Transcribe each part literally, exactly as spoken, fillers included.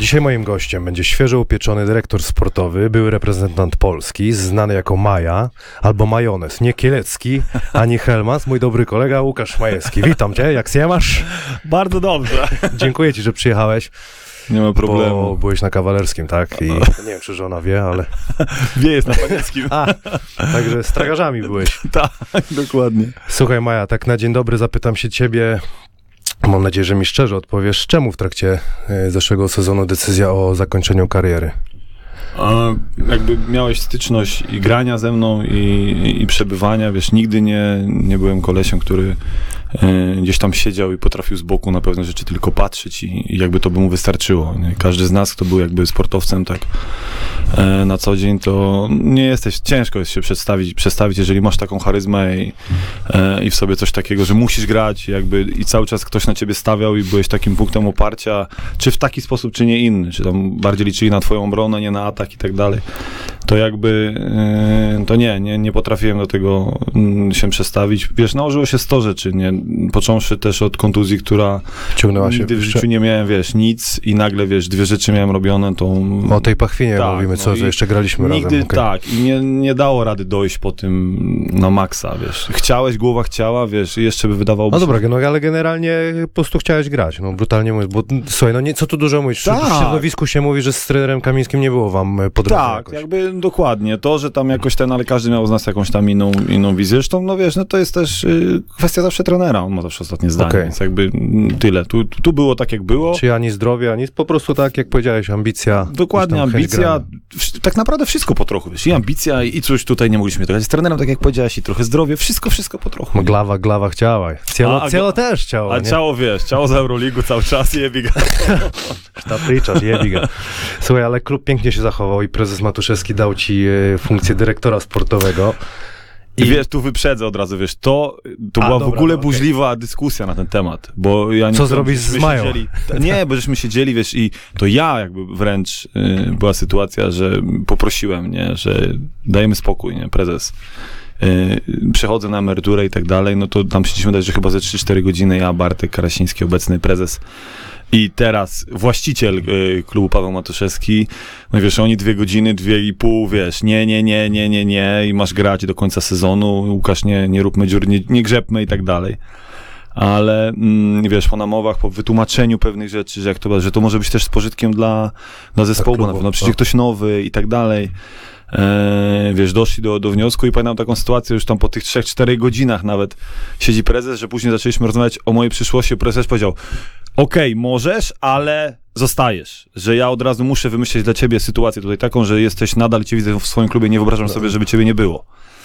Dzisiaj moim gościem będzie świeżo upieczony dyrektor sportowy, były reprezentant Polski, znany jako Maja, albo Majonez, nie Kielecki, ani Helmas, mój dobry kolega Łukasz Majewski. Witam cię, jak się masz? Bardzo dobrze. Dziękuję ci, że przyjechałeś. Nie ma problemu. Bo byłeś na Kawalerskim, tak? I nie wiem, czy żona wie, ale... Wie, jest na Panieckim. A, także z tragarzami byłeś. Tak, dokładnie. Słuchaj, Maja, tak na dzień dobry zapytam się ciebie, mam nadzieję, że mi szczerze odpowiesz, czemu w trakcie zeszłego sezonu decyzja o zakończeniu kariery? A, jakby miałeś styczność i grania ze mną i, i przebywania, wiesz, nigdy nie, nie byłem kolesiem, który e, gdzieś tam siedział i potrafił z boku na pewne rzeczy tylko patrzeć i, i jakby to by mu wystarczyło. Nie? Każdy z nas, kto był jakby sportowcem tak e, na co dzień, to nie jesteś, ciężko jest się przedstawić, przestawić, jeżeli masz taką charyzmę i, e, i w sobie coś takiego, że musisz grać jakby i cały czas ktoś na ciebie stawiał i byłeś takim punktem oparcia, czy w taki sposób, czy nie inny, czy tam bardziej liczyli na twoją obronę, nie na atak i tak dalej, to jakby yy, to nie, nie, nie potrafiłem do tego yy, się przestawić. Wiesz, nałożyło się sto rzeczy, nie? Począwszy też od kontuzji, która Ciągnęła się. Nigdy w życiu nie miałem, wiesz, nic i nagle, wiesz, dwie rzeczy miałem robione, to... O tej pachwinie tak, mówimy, co, no że jeszcze graliśmy nigdy, razem. Okay. Tak, i nie, nie dało rady dojść po tym na maksa, wiesz. Chciałeś, głowa chciała, wiesz, i jeszcze by wydawało No się... dobra, no ale generalnie po prostu chciałeś grać, no brutalnie mówiąc, bo słuchaj, no nie, co tu dużo mówić, tak. W środowisku się mówi, że z trenerem Kamińskim nie było wam po drodze Tak, jakoś. jakby dokładnie. To, że tam jakoś ten, ale każdy miał z nas jakąś tam inną, inną wizję. Zresztą, no wiesz, no to jest też y, kwestia zawsze trenera. On ma zawsze ostatnie zdanie, okay. Więc jakby m, tyle. Tu, tu było tak, jak było. Czy ani zdrowie, ani po prostu tak, jak powiedziałeś, ambicja. Dokładnie, ambicja. W, tak naprawdę wszystko po trochu, wiesz. I ambicja, i, i coś tutaj nie mogliśmy dogadać z trenerem, tak jak powiedziałeś, i trochę zdrowie. Wszystko, wszystko po trochu. No, glawa, glawa chciała. Ciało, a, ciało też ciało. A nie? ciało, wiesz, ciało z Euroligu cały czas i jebiga. Sztapryczarz, jebiga. Słuchaj, ale klub pięknie się zachował i prezes Matuszewski dał ci e, funkcję dyrektora sportowego. I, I wiesz, tu wyprzedzę od razu, wiesz, to, to A, była dobra, w ogóle okay. burzliwa dyskusja na ten temat, bo ja nie... Co zrobić z Mają? Siedzieli, nie, bo żeśmy siedzieli, wiesz, i to ja jakby wręcz y, była sytuacja, że poprosiłem, nie, że dajemy spokój, nie, prezes. Yy, przechodzę na emeryturę i tak dalej, no to tam siedzieliśmy dać, że chyba ze trzy cztery godziny, ja, Bartek Karasiński, obecny prezes i teraz właściciel y, klubu Paweł Matuszewski, no wiesz, oni dwie godziny, dwie i pół, wiesz, nie, nie, nie, nie, nie, nie i masz grać do końca sezonu, Łukasz, nie, nie róbmy dziur, nie, nie grzebmy i tak dalej. Ale mm, wiesz, po namowach, po wytłumaczeniu pewnych rzeczy, że jak to, że to może być też z pożytkiem dla, dla zespołu, bo na pewno przyjdzie ktoś nowy i tak dalej. Eee, wiesz, doszli do, do wniosku i pamiętam taką sytuację, już tam po tych trzech, czterech godzinach nawet siedzi prezes, że później zaczęliśmy rozmawiać o mojej przyszłości, prezes powiedział, okej, okay, możesz, ale zostajesz, że ja od razu muszę wymyślić dla ciebie sytuację tutaj taką, że jesteś nadal, cię widzę w swoim klubie, nie wyobrażam sobie, żeby ciebie nie było.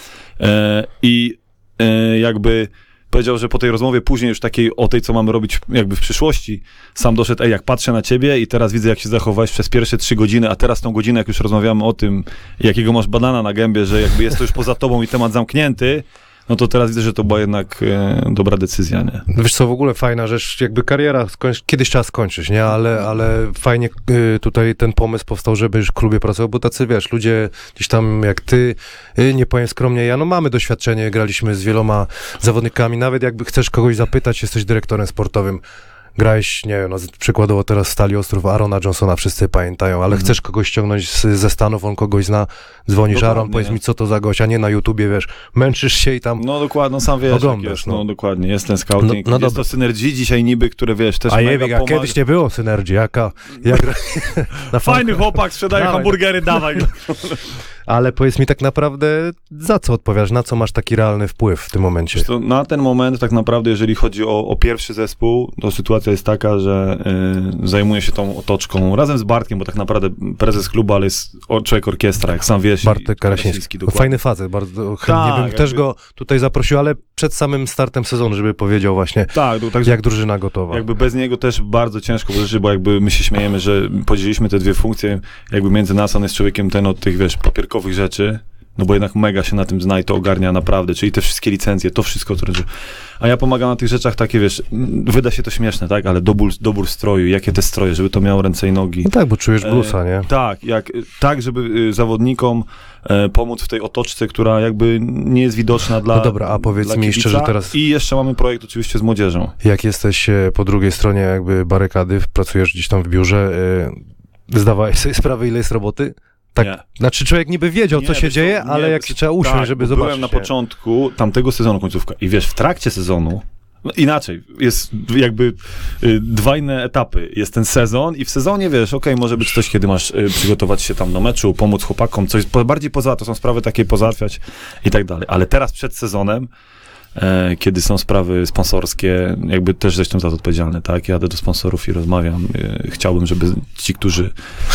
Eee, I e, jakby powiedział, że po tej rozmowie później już takiej, o tej, co mamy robić jakby w przyszłości, sam doszedł, ej, jak patrzę na ciebie i teraz widzę, jak się zachowałeś przez pierwsze trzy godziny, a teraz tą godzinę, jak już rozmawiamy o tym, jakiego masz banana na gębie, że jakby jest to już poza tobą i temat zamknięty, no to teraz widzę, że to była jednak e, dobra decyzja, nie? Wiesz co, w ogóle fajna rzecz, jakby kariera skończy, kiedyś trzeba skończyć, nie? Ale, ale fajnie y, tutaj ten pomysł powstał, żebyś w klubie pracował, bo tacy, wiesz, ludzie gdzieś tam jak ty, y, nie powiem skromnie, ja no mamy doświadczenie, graliśmy z wieloma zawodnikami, nawet jakby chcesz kogoś zapytać, jesteś dyrektorem sportowym, grałeś, nie wiem, no, przykładowo teraz w Stali Ostrów Arona Johnsona, wszyscy pamiętają, ale mhm. chcesz kogoś ściągnąć z, ze Stanów, on kogoś zna, dzwonisz, dokładnie, Aron, powiedz mi, co to za gość, a nie na YouTubie, wiesz, męczysz się i tam no dokładnie, no sam wiesz, oglądasz, jest, no. no dokładnie, jest ten scouting, no, no jest to synergii dzisiaj niby, które wiesz, też a mega jebik, a pomaga. kiedyś nie było synergii, jaka... Jak, na fajny chłopak, sprzedaje hamburgery, dawaj go. Ale powiedz mi tak naprawdę, za co odpowiadasz, na co masz taki realny wpływ w tym momencie? To na ten moment tak naprawdę, jeżeli chodzi o, o pierwszy zespół, to sytuacja jest taka, że y, zajmuję się tą otoczką razem z Bartkiem, bo tak naprawdę prezes klubu, ale jest człowiek orkiestra, jak sam wiesz. Bartek Karasiński. Fajny facet, bardzo chętnie tak, bym jakby... też go tutaj zaprosił, ale przed samym startem sezonu, żeby powiedział właśnie, tak, to, tak, jak drużyna gotowa. Jakby bez niego też bardzo ciężko, bo jakby my się śmiejemy, że podzieliliśmy te dwie funkcje, jakby między nas, on jest człowiekiem ten od tych, wiesz, papierkowych rzeczy, no bo jednak mega się na tym zna i to ogarnia naprawdę, czyli te wszystkie licencje, to wszystko, które... A ja pomagam na tych rzeczach takie, wiesz, wyda się to śmieszne, tak, ale dobór, dobór stroju, jakie te stroje, żeby to miało ręce i nogi. No tak, bo czujesz bluesa, nie? E, tak, jak, tak, żeby y, zawodnikom e, pomóc w tej otoczce, która jakby nie jest widoczna dla... No dobra, a powiedz mi szczerze teraz... I jeszcze mamy projekt oczywiście z młodzieżą. Jak jesteś po drugiej stronie jakby barykady, pracujesz gdzieś tam w biurze, y, Zdawałeś sobie sprawę, ile jest roboty? Tak, Nie. znaczy człowiek niby wiedział, Nie, co się wiesz co, dzieje, nie, ale jak wiesz, się trzeba usiąść, tak, żeby bo zobaczyć. byłem na nie? początku tamtego sezonu końcówka i wiesz, w trakcie sezonu, no inaczej, jest jakby y, dwa inne etapy. Jest ten sezon i w sezonie, wiesz, okej, może być coś, kiedy masz y, przygotować się tam do meczu, pomóc chłopakom, coś po, bardziej poza, to są sprawy takie pozałatwiać i tak dalej. Ale teraz przed sezonem, e, kiedy są sprawy sponsorskie, jakby też zresztą za to odpowiedzialny, tak? Jadę do sponsorów i rozmawiam. E, chciałbym, żeby ci, którzy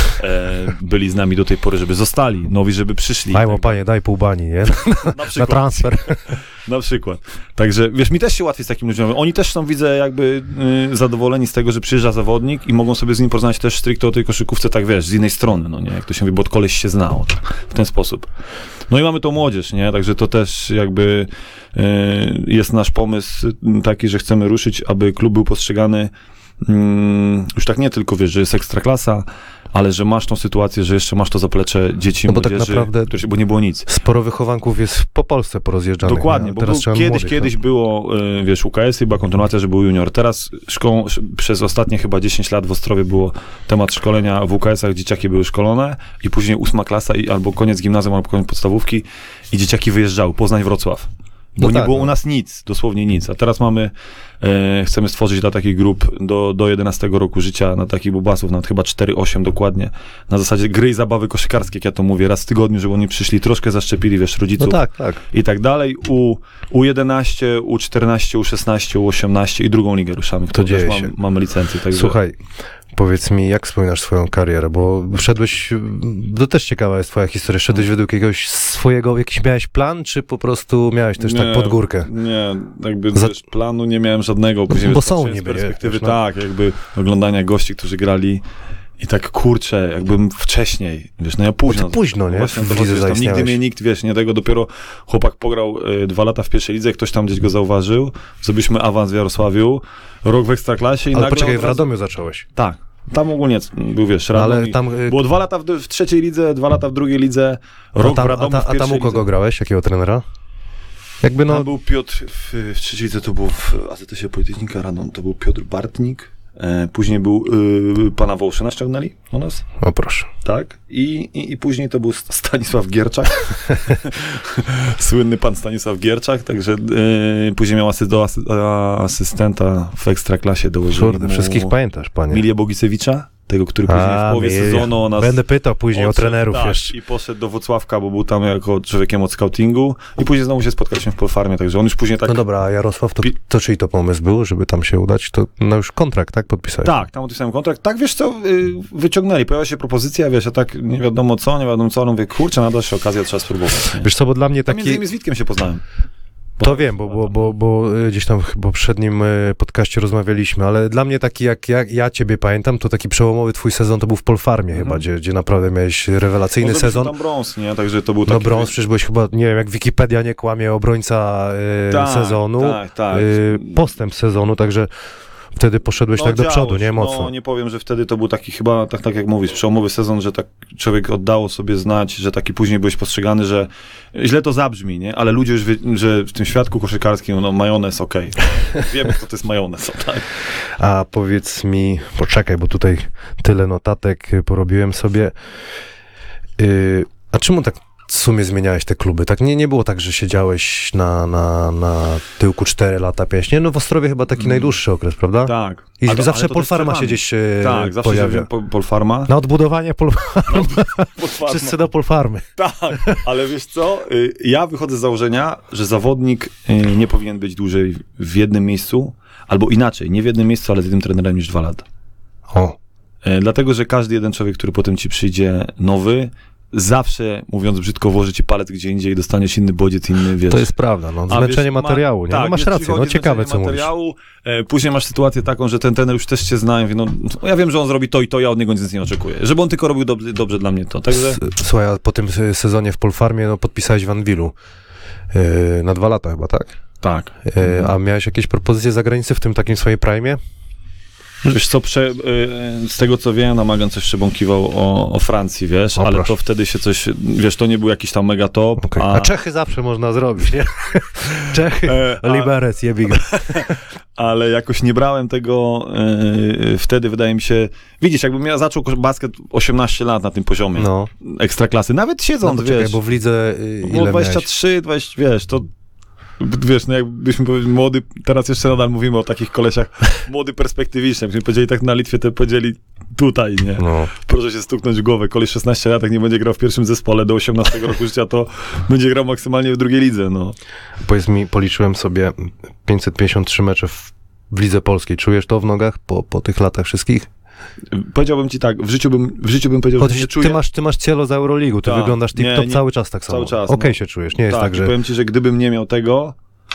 e, byli z nami do tej pory, żeby zostali, nowi, żeby przyszli. Daj mu, tak, panie, daj pół bani, nie? na, Na przykład, transfer. na przykład. Także, wiesz, mi też się łatwiej z takim ludźmi. Oni też są, widzę, jakby y, zadowoleni z tego, że przyjeżdża zawodnik i mogą sobie z nim porozmawiać też stricte o tej koszykówce, tak wiesz, z innej strony, no nie? Jak to się mówi, bo od koleś się znał w ten sposób. No i mamy tą młodzież, nie? Także to też jakby y, jest nasz pomysł taki, że chcemy ruszyć, aby klub był postrzegany y, już tak nie tylko, wiesz, że jest ekstraklasa, ale że masz tą sytuację, że jeszcze masz to zaplecze dzieci, No bo tak młodzieży, naprawdę- które się, bo nie było nic. Sporo wychowanków jest po Polsce porozjeżdżanych. Dokładnie, nie? bo Teraz był, trzeba kiedyś, młodych, kiedyś no. było, y, wiesz, U K S, chyba kontynuacja, że był junior. Teraz szkołą, sz- przez ostatnie chyba dziesięć lat w Ostrowie było temat szkolenia w U K S-ach, dzieciaki były szkolone i później ósma klasa i albo koniec gimnazjum, albo koniec podstawówki i dzieciaki wyjeżdżały, Poznań, Wrocław. Bo No nie tak, było no. u nas nic, dosłownie nic. A teraz mamy, e, chcemy stworzyć dla takich grup do, do jedenastego roku życia, na takich bubasów, nawet chyba cztery osiem dokładnie, na zasadzie gry i zabawy koszykarskie, jak ja to mówię, raz w tygodniu, żeby oni przyszli, troszkę zaszczepili, wiesz, rodziców No tak, tak. i tak dalej. U, U jedenaście, U czternaście, U szesnaście, U osiemnaście i drugą ligę ruszamy. To dzieje też się. Mam, mamy licencję. Także... Słuchaj, powiedz mi, jak wspominasz swoją karierę, bo wszedłeś, to też ciekawa jest twoja historia, szedłeś według jakiegoś swojego, jakiś miałeś plan, czy po prostu miałeś też tak pod górkę? Nie, jakby Za- też planu nie miałem żadnego. Później Bo wiesz, są patrzyłem z niby, perspektywy, wiesz, no. tak, jakby oglądania gości, którzy grali i tak, kurczę, jakbym wcześniej, wiesz, no ja późno. Bo ty późno, nie? Właśnie, W to lidze wiesz, tam nigdy zaistniałeś. mnie nikt, wiesz, nie tego, dopiero chłopak pograł y, dwa lata w pierwszej lidze, ktoś tam gdzieś go zauważył, zrobiliśmy awans w Jarosławiu, rok w Ekstraklasie i Ale nagle poczekaj, od w razu- Radomiu zacząłeś. Tak, tam ogólnie był, wiesz, Ale Radomi. tam, y, Było dwa lata w, w trzeciej lidze, dwa lata w drugiej lidze, a rok tam, w a, Radomiu ta, w a tam pierwszej u kogo lidze. grałeś? Jakiego trenera? Jakby no, Tam był Piotr, w, w trzeciej lidze to był w A Z S-ie Politechnika Radom, to był Piotr Bartnik, e, później był y, pana Wołszyna ściągnęli u nas, o proszę. tak, I, i, i później to był Stanisław Gierczak, słynny pan Stanisław Gierczak, także y, później miał asy, do asy, asystenta w Ekstraklasie, dołożyli Kurde, mu wszystkich pamiętasz, panie. Milię Bogisewicza, tego, który później w A, połowie Milia. sezonu o nas... Będę pytał później o odszedł, trenerów tak, jeszcze. i poszedł do Włocławka, bo był tam jako człowiekiem od scoutingu i później znowu się spotkaliśmy w Polfarmie, także on już później tak... No dobra, a Jarosław, to, Pi- to czyj to pomysł był, żeby tam się udać? To no już kontrakt, tak, podpisałeś? Tak, tam odpisałem kontrakt. Tak, wiesz co, y, wyciągnęli. Pojawiła się propozycja, wiesz, a tak nie wiadomo co, nie wiadomo co, no mówię, kurczę, nada się okazja, trzeba spróbować. Nie? Wiesz co, bo dla mnie Tam między taki... innymi z Witkiem się poznałem. To wiem, bo, bo, bo, bo y, gdzieś tam w poprzednim y, podcaście rozmawialiśmy, ale dla mnie taki, jak ja, ja ciebie pamiętam, to taki przełomowy twój sezon to był w Polfarmie Mhm. chyba, gdzie, gdzie naprawdę miałeś rewelacyjny No, sezon. tam brąz, nie? Także to był taki... No brąz, przecież byłeś chyba, nie wiem, jak Wikipedia nie kłamie, obrońca y, Tak, sezonu, tak, tak. Y, postęp sezonu, także wtedy poszedłeś No, tak do działo przodu, się. nie? Mocno. No, nie powiem, że wtedy to był taki chyba, tak, tak jak mówisz, przełomowy sezon, że tak człowiek oddało sobie znać, że taki później byłeś postrzegany, że źle to zabrzmi, nie? Ale ludzie już, wie, że w tym świadku koszykarskim, no majonez, okej. Wiemy, kto to jest majonez, tak? A powiedz mi, poczekaj, bo tutaj tyle notatek y, porobiłem sobie. Y, a czemu tak w sumie zmieniałeś te kluby? Tak nie, nie było tak, że siedziałeś na, na, na tyłku cztery lata, pięć, nie? No w Ostrowie chyba taki Mm. najdłuższy okres, prawda? Tak. I Ale- zawsze ale to Polfarma też się gdzieś się Tak, zawsze pojawia. się po, Polfarma. Na odbudowanie Polfarmy. Polfarma. Wszyscy do Polfarmy. Tak, ale wiesz co, y, ja wychodzę z założenia, że zawodnik y, nie powinien być dłużej w jednym miejscu, albo inaczej, nie w jednym miejscu, ale z jednym trenerem niż dwa lata. O, Y, Dlatego, że każdy jeden człowiek, który potem ci przyjdzie nowy, zawsze, mówiąc brzydko, włoży ci palec gdzie indziej i dostaniesz inny bodziec, inny, wiesz... to jest prawda, no. A Zmęczenie wiesz, ma- materiału, nie? Tak, No masz wiesz, rację, no przychodzi ciekawe, co zmęczenie mówisz. materiału, e, później masz sytuację taką, że ten trener już też cię zna, wie, no, no, ja wiem, że on zrobi to i to, ja od niego nic nie oczekuję. Żeby on tylko robił dobrze, dobrze dla mnie to, także... S- Słuchaj, a po tym y, sezonie w Polfarmie, no podpisałeś w Anwilu. Yy, na dwa lata chyba, tak? Tak. Yy, a miałeś jakieś propozycje za granicę w tym takim swojej prime? Wiesz co, prze, z tego co wiem, Namagan coś przebąkiwał o, o Francji, wiesz, O, ale proszę. to wtedy się coś, wiesz, to nie był jakiś tam mega top, Okay. a, A Czechy zawsze można zrobić, nie? Czechy, E, a- Liberec, jebiga. ale jakoś nie brałem tego e, wtedy, wydaje mi się, widzisz, jakbym ja zaczął basket osiemnaście lat na tym poziomie No, ekstraklasy, nawet no siedząc, to czekaj, wiesz, bo w lidze y, było ile dwadzieścia miałeś? trzy, dwadzieścia, wiesz, to wiesz, no jakbyśmy powiedzieli młody, teraz jeszcze nadal mówimy o takich kolesiach, młody perspektywiczny, jakbyśmy powiedzieli tak na Litwie, to powiedzieli tutaj, nie? No. Proszę się stuknąć w głowę, koleś szesnaście lat, jak nie będzie grał w pierwszym zespole do osiemnastego roku życia, to będzie grał maksymalnie w drugiej lidze, no. Powiedz mi, policzyłem sobie pięćset pięćdziesiąt trzy mecze w, w lidze polskiej. Czujesz to w nogach po, po tych latach wszystkich? Powiedziałbym ci tak, w życiu bym, w życiu bym powiedział, Chociaż że nie ty czuję. masz, ty masz cielo z Euroligu, ty Tak. wyglądasz Nie, tip-top nie. cały czas tak samo. Cały czas, Okej no. się czujesz, nie jest tak, tak, że i powiem ci, że gdybym nie miał tego,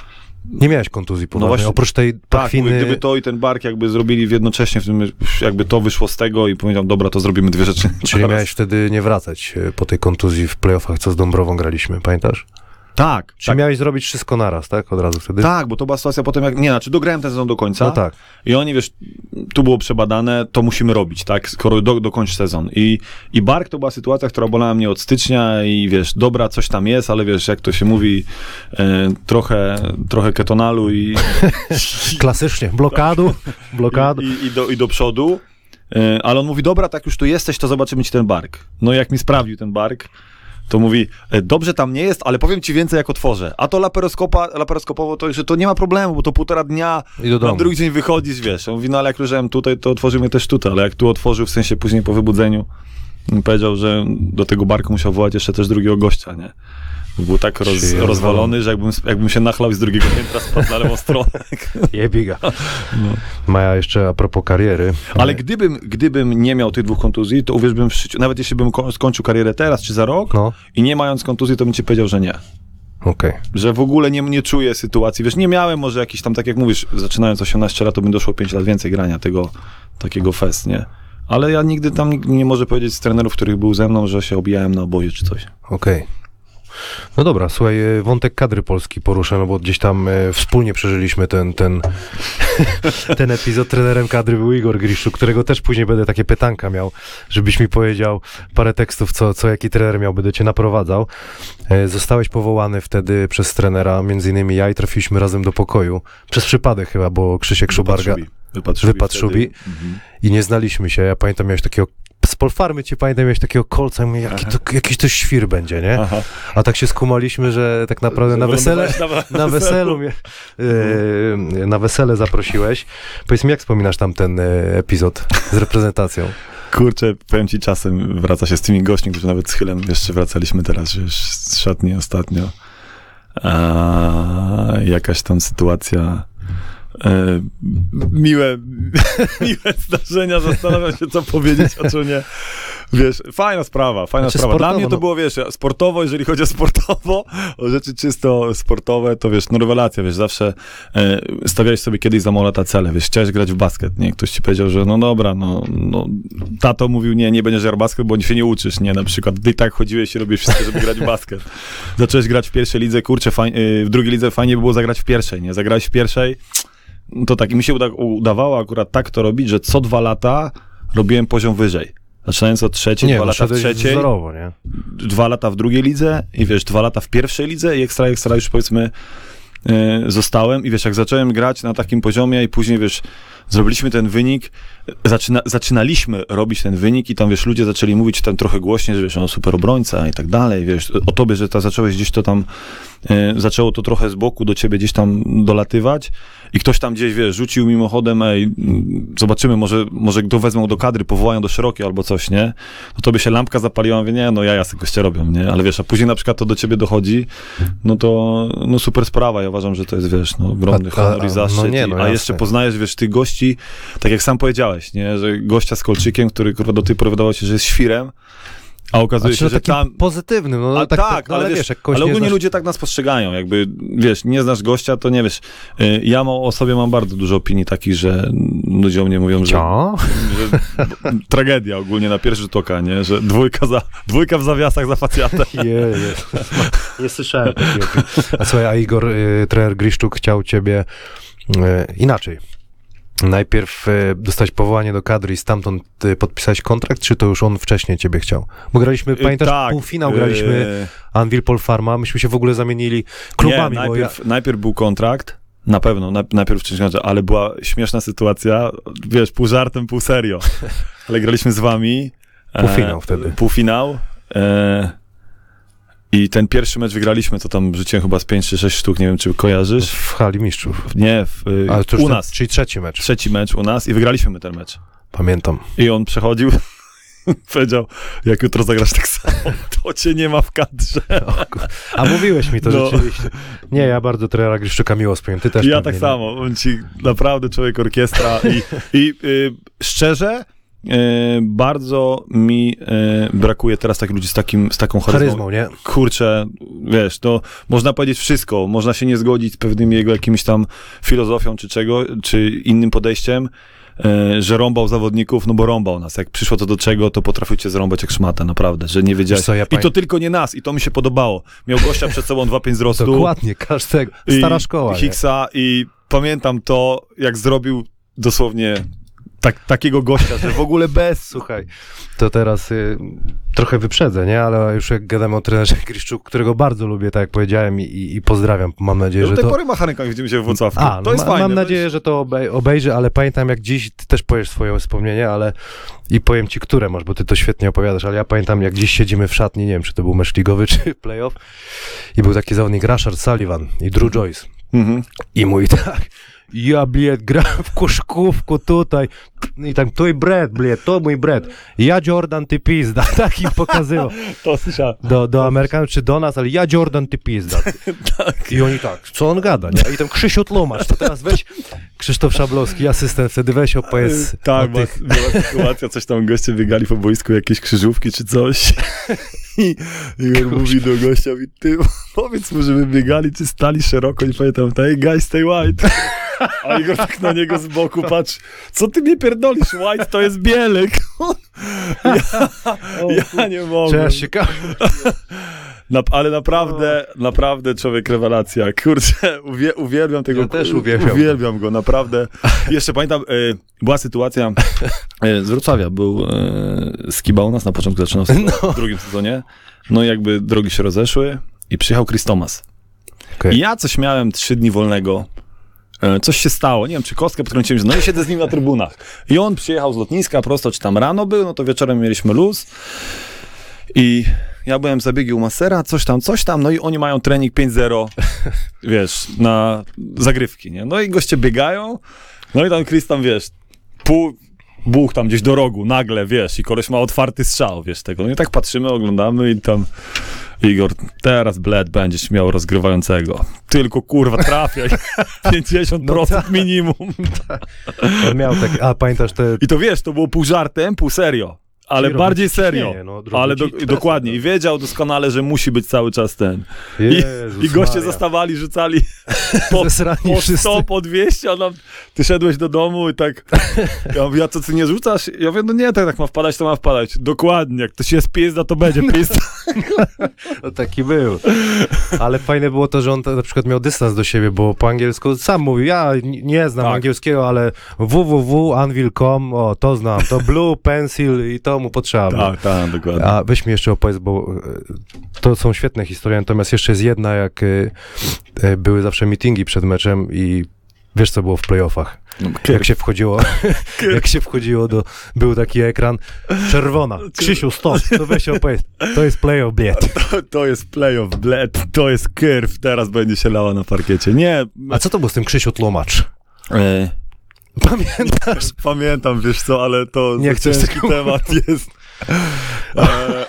nie miałeś kontuzji poważnej, właśnie- oprócz tej tak, pachwiny. mówię, gdyby to i ten bark jakby zrobili w jednocześnie, w tym, jakby to wyszło z tego i powiedział, dobra, to zrobimy dwie rzeczy. Czyli naraz. miałeś wtedy nie wracać e, po tej kontuzji w playoffach, co z Dąbrową graliśmy, pamiętasz? Tak, Czyli tak, miałeś zrobić wszystko naraz, tak? Od razu wtedy? tak, bo to była sytuacja potem, jak, nie, znaczy dograłem ten sezon do końca. No tak. I oni, wiesz, tu było przebadane, to musimy robić, tak, skoro do, dokończy sezon. I, I bark to była sytuacja, która bolała mnie od stycznia i wiesz, dobra, coś tam jest, ale wiesz, jak to się mówi, e, trochę, trochę ketonalu i, Klasycznie, blokadu, blokadu. i, i, i, do, i do przodu. E, ale on mówi, dobra, tak już tu jesteś, to zobaczymy ci ten bark. No i jak mi sprawdził ten bark, to mówi, e, dobrze tam nie jest, ale powiem ci więcej, jak otworzę. A to laparoskopa, laparoskopowo, to, że to nie ma problemu, bo to półtora dnia, I do na domu. drugi dzień wychodzisz, wiesz. On mówi, no ale jak leżałem tutaj, to otworzymy też tutaj, ale jak tu otworzył, w sensie później po wybudzeniu, powiedział, że do tego barku musiał wołać jeszcze też drugiego gościa, nie? Był tak roz, Czyli rozwalony, że jakbym, jakbym się nachlał z drugiego piętra, spadł na lewą stronę. Jebiga. Maja, jeszcze a propos kariery. Ale gdybym, gdybym nie miał tych dwóch kontuzji, to uwierz, bym w życiu, nawet jeśli bym ko- skończył karierę teraz czy za rok No, i nie mając kontuzji, to bym ci powiedział, że nie. okej. Że w ogóle nie, nie czuję sytuacji. Wiesz, nie miałem może jakiś tam, tak jak mówisz, zaczynając osiemnaście lat, to bym doszło pięć lat więcej grania tego takiego fest, nie? Ale ja nigdy tam nikt nie może powiedzieć z trenerów, których był ze mną, że się obijałem na obozie czy coś. Okej. No dobra, słuchaj, e, wątek kadry Polski poruszę, no bo gdzieś tam e, wspólnie przeżyliśmy ten, ten, ten epizod. Trenerem kadry był Igor Griszczuk, którego też później będę takie pytanka miał, żebyś mi powiedział parę tekstów, co, co jaki trener miał, będę cię naprowadzał. E, zostałeś powołany wtedy przez trenera, między innymi ja, i trafiliśmy razem do pokoju. Przez przypadek chyba, bo Krzysiek Szubarga Wypadł Szubi. wypadł wtedy. Szubi Mhm. i nie znaliśmy się. Ja pamiętam, miałeś takiego, z Polfarmy cię pamiętam, miałeś takiego kolca, i mówię, jaki to, jakiś to świr będzie, nie? Aha. A tak się skumaliśmy, że tak naprawdę na wesele, Wylądowałeś na weselu mnie, yy, na wesele zaprosiłeś. Powiedz mi, jak wspominasz tam ten e, epizod z reprezentacją? Kurczę, powiem ci, czasem wraca się z tymi gośćmi, którzy nawet z Chylem jeszcze wracaliśmy teraz, wiesz, z szatni ostatnio. A, jakaś tam sytuacja... E, miłe, miłe zdarzenia, zastanawiam się, co powiedzieć, a co nie. Wiesz, fajna sprawa, fajna Znaczy sprawa. Dla sportowo, mnie to no. było, wiesz, sportowo, jeżeli chodzi o sportowo, o rzeczy czysto sportowe, to wiesz, no rewelacja, wiesz, zawsze e, stawiałeś sobie kiedyś za mało lata cele, wiesz, chciałeś grać w basket, nie? Ktoś ci powiedział, że no dobra, no, no tato mówił, nie, nie będziesz grał w basket, bo się nie uczysz, nie? Na przykład ty i tak chodziłeś i robiłeś wszystko, żeby grać w basket. Zacząłeś grać w pierwszej lidze, kurczę, faj, e, w drugiej lidze fajnie by było zagrać w pierwszej, nie? Zagrałeś w pierwszej, to tak, i mi się uda, udawało akurat tak to robić, że co dwa lata robiłem poziom wyżej. Zaczynając od trzeciej, Nie, dwa no, lata w szedłeś trzeciej, wzorowo, nie? dwa lata w drugiej lidze i wiesz, dwa lata w pierwszej lidze i ekstra, ekstra już powiedzmy yy, zostałem i wiesz, jak zacząłem grać na takim poziomie i później wiesz, zrobiliśmy ten wynik, zaczyna, zaczynaliśmy robić ten wynik i tam wiesz, ludzie zaczęli mówić tam trochę głośniej, że wiesz, no super obrońca i tak dalej, wiesz, o tobie, że ta zacząłeś gdzieś to tam, yy, zaczęło to trochę z boku do ciebie gdzieś tam dolatywać i ktoś tam gdzieś, wiesz, rzucił mimochodem, ej, zobaczymy, może, może kto wezmą do kadry, powołają do szerokiej albo coś, nie? No to by się lampka zapaliła, mówię, nie, no jaja sobie goście robią, nie? Ale wiesz, a później na przykład to do ciebie dochodzi, no to, no super sprawa, ja uważam, że to jest, wiesz, no ogromny A- a- honor i no zaszczyt, nie, i- no a jasne. jeszcze poznajesz, wiesz, tych gości, tak jak sam powiedziałeś, nie? Że gościa z kolczykiem, który, kurwa, do tej pory wydawało się, że jest świrem, a okazuje Znaczy, się, no że takim tam... pozytywnym, no, A no tak, tak, no, ale, wiesz, jak kogoś ale nie ogólnie znasz- ludzie tak nas postrzegają, jakby, wiesz, nie znasz gościa, to nie wiesz. Y, Ja mam, o sobie mam bardzo dużo opinii takich, że ludzie o mnie mówią, że, Cio? że tragedia ogólnie na pierwszy rzut oka, nie? Że dwójka, za, dwójka w zawiasach za facjatę. Je, je. Nie słyszałem takiej opinii. A słuchaj, a Igor, y, trener Griszczuk chciał ciebie y, inaczej. najpierw e, dostać powołanie do kadry i stamtąd e, podpisać kontrakt, czy to już on wcześniej ciebie chciał? Bo graliśmy, pamiętasz, tak, półfinał graliśmy Anvil Polfarma, myśmy się w ogóle zamienili klubami. Nie, najpierw, bo ja... najpierw był kontrakt, na pewno, na, najpierw wcześniej kontrakt, ale była śmieszna sytuacja, wiesz, pół żartem, pół serio. Ale graliśmy z wami. Półfinał e, wtedy. Półfinał. E, I ten pierwszy mecz wygraliśmy, to tam rzuciłem chyba z pięć czy sześć sztuk, nie wiem, czy kojarzysz? W hali mistrzów. Nie, w, y, Ale to już u ten, nas. Czyli trzeci mecz. Trzeci mecz u nas i wygraliśmy my ten mecz. Pamiętam. I on przechodził, powiedział, jak jutro zagrasz tak samo, to cię nie ma w kadrze. A mówiłeś mi to No. rzeczywiście. Nie, ja bardzo trenera Griszczuka miło wspomniałem. Ty też Ja pewnie, tak nie? samo, on ci naprawdę człowiek orkiestra i, i y, szczerze, y, bardzo mi y, brakuje teraz takich ludzi z, takim, z taką charyzmą. Charyzmą, nie? Kurczę, wiesz, to można powiedzieć wszystko, można się nie zgodzić z pewnym jego jakimś tam filozofią czy czego, czy innym podejściem, e, że rąbał zawodników, no bo rąbał nas. Jak przyszło to do czego, to potrafił cię zrąbać jak szmata, naprawdę, że nie wiedziałeś. Wiesz co, ja I to pamię- tylko nie nas, i to mi się podobało. Miał gościa przed sobą dwa pięć wzrostu. Dokładnie, każdego. i Stara szkoła. nie? Hicksa i pamiętam to, jak zrobił dosłownie tak, takiego gościa, że w ogóle bez... Słuchaj, to teraz y, trochę wyprzedzę, nie? Ale już jak gadamy o trenerze Griszczuku, którego bardzo lubię, tak jak powiedziałem i, i pozdrawiam. Mam nadzieję, Do że tej to... pory macha ręką, widzimy się w Włocławku. A, to no, jest ma, fajne. mam nadzieję, że to obej- obejrzy, ale pamiętam jak dziś, ty też powiesz swoje wspomnienie, ale i powiem ci, które masz, bo ty to świetnie opowiadasz, ale ja pamiętam jak dziś siedzimy w szatni, nie wiem, czy to był mecz ligowy, czy playoff i był taki zawodnik Rashard Sullivan i Drew Joyce Mhm. i mój tak, ja, bled, gram w koszykówku tutaj i tam, to i bret, bled, to mój bret, ja Jordan, ty pizda, tak im pokazywał. To słyszałem. Do, do Amerykanów czy do nas, ale ja Jordan, ty pizda. Tak. I oni tak, co on gada, nie? I tam Krzysiu tłumacz, to teraz weź, Krzysztof Szablowski, asystent, wtedy weź opowiedz Tak, o była, tych... była sytuacja, coś tam goście biegali po boisku, jakieś krzyżówki czy coś. I Igor mówi do gościa, mówi, ty powiedz mu, żeby biegali, czy stali szeroko, nie pamiętam, hey guys, stay white. A Igor tak na niego z boku patrzy, co ty mnie pierdolisz, white to jest bielek. Ja, ja nie mogę. Cześć, ciekawe. Na, ale naprawdę, naprawdę człowiek rewelacja. Kurczę, uwie, uwielbiam tego. Ja też uwielbiam. Uwielbiam go, naprawdę. Jeszcze pamiętam, e, była sytuacja e, z Wrocławia, był e, Skiba u nas na początku, zaczynał No. w drugim sezonie. No i jakby drogi się rozeszły i przyjechał Chris Thomas. Okay. I ja coś miałem trzy dni wolnego. E, coś się stało, nie wiem, czy kostkę podkręciłem, no i siedzę z nim na trybunach. I on przyjechał z lotniska prosto, czy tam rano był, no to wieczorem mieliśmy luz. I ja byłem w zabiegu u masera, coś tam, coś tam, no i oni mają trening pięć zero, wiesz, na zagrywki, nie? No i goście biegają, no i tam Chris tam, wiesz, pół, buch tam gdzieś do rogu, nagle, wiesz, i koleś ma otwarty strzał, wiesz, tego. No i tak patrzymy, oglądamy i tam Igor, teraz bled będziesz miał rozgrywającego. Tylko, kurwa, trafiaj. pięćdziesiąt procent No tak. minimum. On miał tak, a pamiętasz te... I to wiesz, to było pół żartem, pół serio. Ale Czyli bardziej robić ciśnienie, serio. no, robić ale do, i presję, dokładnie. no. I wiedział doskonale, że musi być cały czas ten. I, Jezus I goście Maria. zostawali, rzucali po, Zesrani po wszyscy. sto, po dwieście, a nam, ty szedłeś do domu i tak, ja mówię, a co, ty nie rzucasz? Ja mówię, no nie, tak, tak ma wpadać, to ma wpadać. Dokładnie, jak to się jest pizda, to będzie pizda. No taki był. Ale fajne było to, że on na przykład miał dystans do siebie, bo po angielsku sam mówił, ja n- nie znam Tak. angielskiego, ale www, anvil kropka com, o, to znam, to blue, pencil i to mu potrzeba. Tak, tak, dokładnie. A weź mi jeszcze opowiedz, bo e, to są świetne historie, natomiast jeszcze jest jedna, jak e, e, były zawsze meetingi przed meczem i wiesz, co było w playoffach. Jak się wchodziło, jak się wchodziło do, był taki ekran, czerwona, Krzysiu, stop, to weź opowiedz, to jest playoff, bied. To, to jest playoff, bled, to jest kurw, teraz będzie się lała na parkiecie. Nie. A co to był z tym Krzysiu tłumacz? E, Pamiętasz? Pamiętam, wiesz co, ale to Nie za chcesz ciężki tego temat jest. E,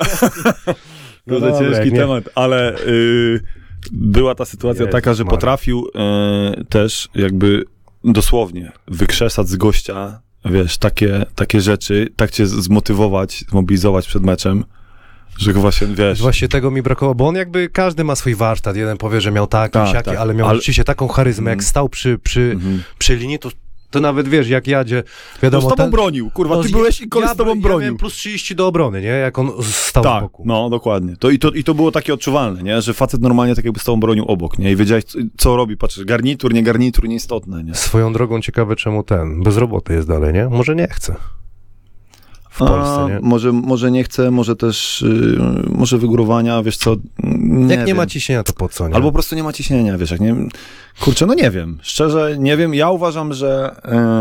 No to za dobra, ciężki jak nie. temat, ale y, była ta sytuacja Jezus taka, że Maria. potrafił y, też jakby dosłownie wykrzesać z gościa, wiesz, takie, takie rzeczy, tak cię zmotywować, zmobilizować przed meczem, że właśnie, wiesz... Właśnie tego mi brakowało, bo on jakby, każdy ma swój warsztat, jeden powie, że miał taki, Tak, siaki, tak. ale miał Ale- rzeczywiście taką charyzmę, jak Mhm. stał przy, przy, Mhm. przy linii, to to nawet wiesz, jak jadzie, wiadomo... To z tobą ten- bronił, kurwa, no, ty z- byłeś i koleś ja, z tobą Ja bronił. miałem plus trzydzieści do obrony, nie? Jak on stał z Tak, boku. no dokładnie. To i, to, I to było takie odczuwalne, nie? Że facet normalnie tak jakby z tobą bronił obok, nie? I wiedziałeś, co, co robi, patrzysz, garnitur, nie garnitur, nieistotne, nie? Swoją drogą ciekawe, czemu ten, bez roboty jest dalej, nie? Może nie chce. W Polsce, A, nie? Może, może nie chce, może też, yy, może wygórowania, wiesz co, nie Jak nie wiem. ma ciśnienia, to po co, nie? Albo po prostu nie ma ciśnienia, wiesz, jak nie... Kurczę, no nie wiem, szczerze nie wiem. Ja uważam, że,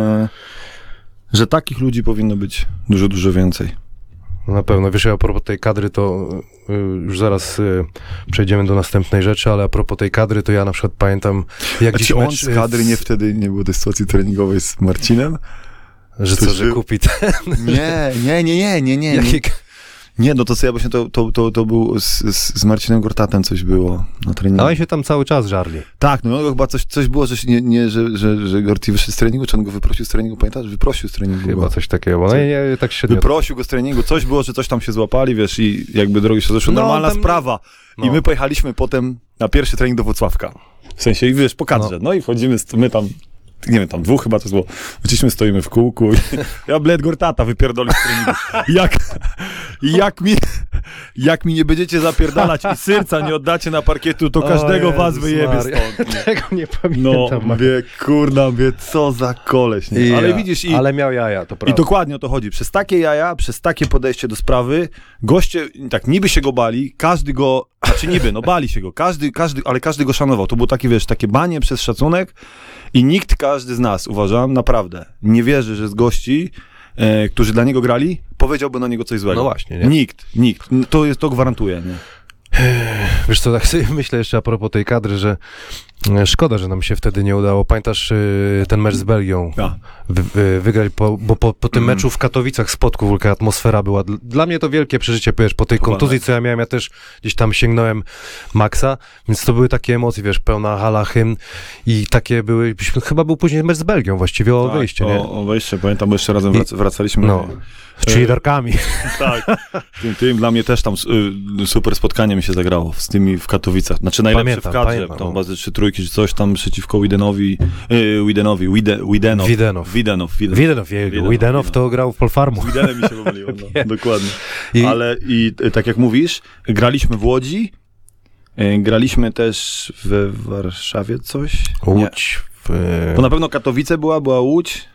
yy, że takich ludzi powinno być dużo, dużo więcej. Na pewno. Wiesz, a propos tej kadry, to y, już zaraz y, przejdziemy do następnej rzeczy, ale a propos tej kadry, to ja na przykład pamiętam, jak A dziś czy on mecz, z kadry y, nie wtedy nie było tej sytuacji treningowej z Marcinem? że co, Coś że był- kupi ten... Nie, nie, nie, nie, nie, nie. Jakie... Nie, no to co ja właśnie, to, to, to, to był z, z, z Marcinem Gortatem coś było na treningu. A oni się tam cały czas żarli. Tak, no chyba coś, coś było, że, się nie, nie, że, że, że Gorty wyszedł z treningu, czy on go wyprosił z treningu, pamiętasz? Wyprosił z treningu. Chyba chyba. coś takiego, bo no, nie, nie, tak średnio. Wyprosił go z treningu, coś było, że coś tam się złapali, wiesz, i jakby drogi się zeszły. No, Normalna tam- sprawa. no. I my pojechaliśmy potem na pierwszy trening do Włocławka. W sensie, i wiesz, po kadrze. No, i wchodzimy, z- my tam, nie wiem, tam dwóch chyba to było. Wyciśmy, stoimy w kółku i ja bled Gortata wypierdolił z treningu. Jak, jak mi, jak mi nie będziecie zapierdalać i serca nie oddacie na parkietu, to O każdego was Jezus wyjebie Maria. stąd. Nie? Tego nie No, pamiętam. mówię, kurna, mówię, co za koleś, nie? I Ale ja, widzisz, i, ale miał jaja, to i prawda. dokładnie o to chodzi. Przez takie jaja, przez takie podejście do sprawy, goście, tak niby się go bali, każdy go, znaczy niby, no bali się go, każdy, każdy, ale każdy go szanował. To było takie, wiesz, takie banie przez szacunek i nikt, każdy z nas, uważam, naprawdę, nie wierzy, że z gości, e, którzy dla niego grali, powiedziałby na niego coś złego. No właśnie, nie? Nikt, nikt. To jest, to gwarantuje, nie? Wiesz co, tak sobie myślę jeszcze a propos tej kadry, że e, szkoda, że nam się wtedy nie udało. Pamiętasz e, ten mecz z Belgią? Ja. Wy, wy, wygrać, po, bo po, po tym Mm. meczu w Katowicach spotku, jaka atmosfera była. Dl- Dla mnie to wielkie przeżycie, wiesz, po tej Poważne. kontuzji, co ja miałem, ja też gdzieś tam sięgnąłem maksa, więc to były takie emocje, wiesz, pełna hala, hymn i takie były, chyba był później mecz z Belgią właściwie o wyjście, nie? O, o wejście, pamiętam, bo jeszcze razem I- wrac- wracaliśmy. No, z cheerleaderkami. Tak. Tym, tym dla mnie też tam y, super spotkanie mi się zagrało z tymi w Katowicach. Znaczy najlepsze Pamiętam, w kadrze. pamiętam, Tam no. bazy trzy trójki czy coś tam przeciwko Widenowi. Y, Widenowi, Wide, Widenow. Widenow. Widenow. Widenow. Widenow, jego. Widenow, Widenow to grał w Polfarmu. Z Widenem mi się pomyliło, no. Nie. Dokładnie. I- Ale i y, tak jak mówisz, graliśmy w Łodzi, y, graliśmy też we Warszawie coś. Nie. Łódź. W, Bo na pewno Katowice była, była Łódź.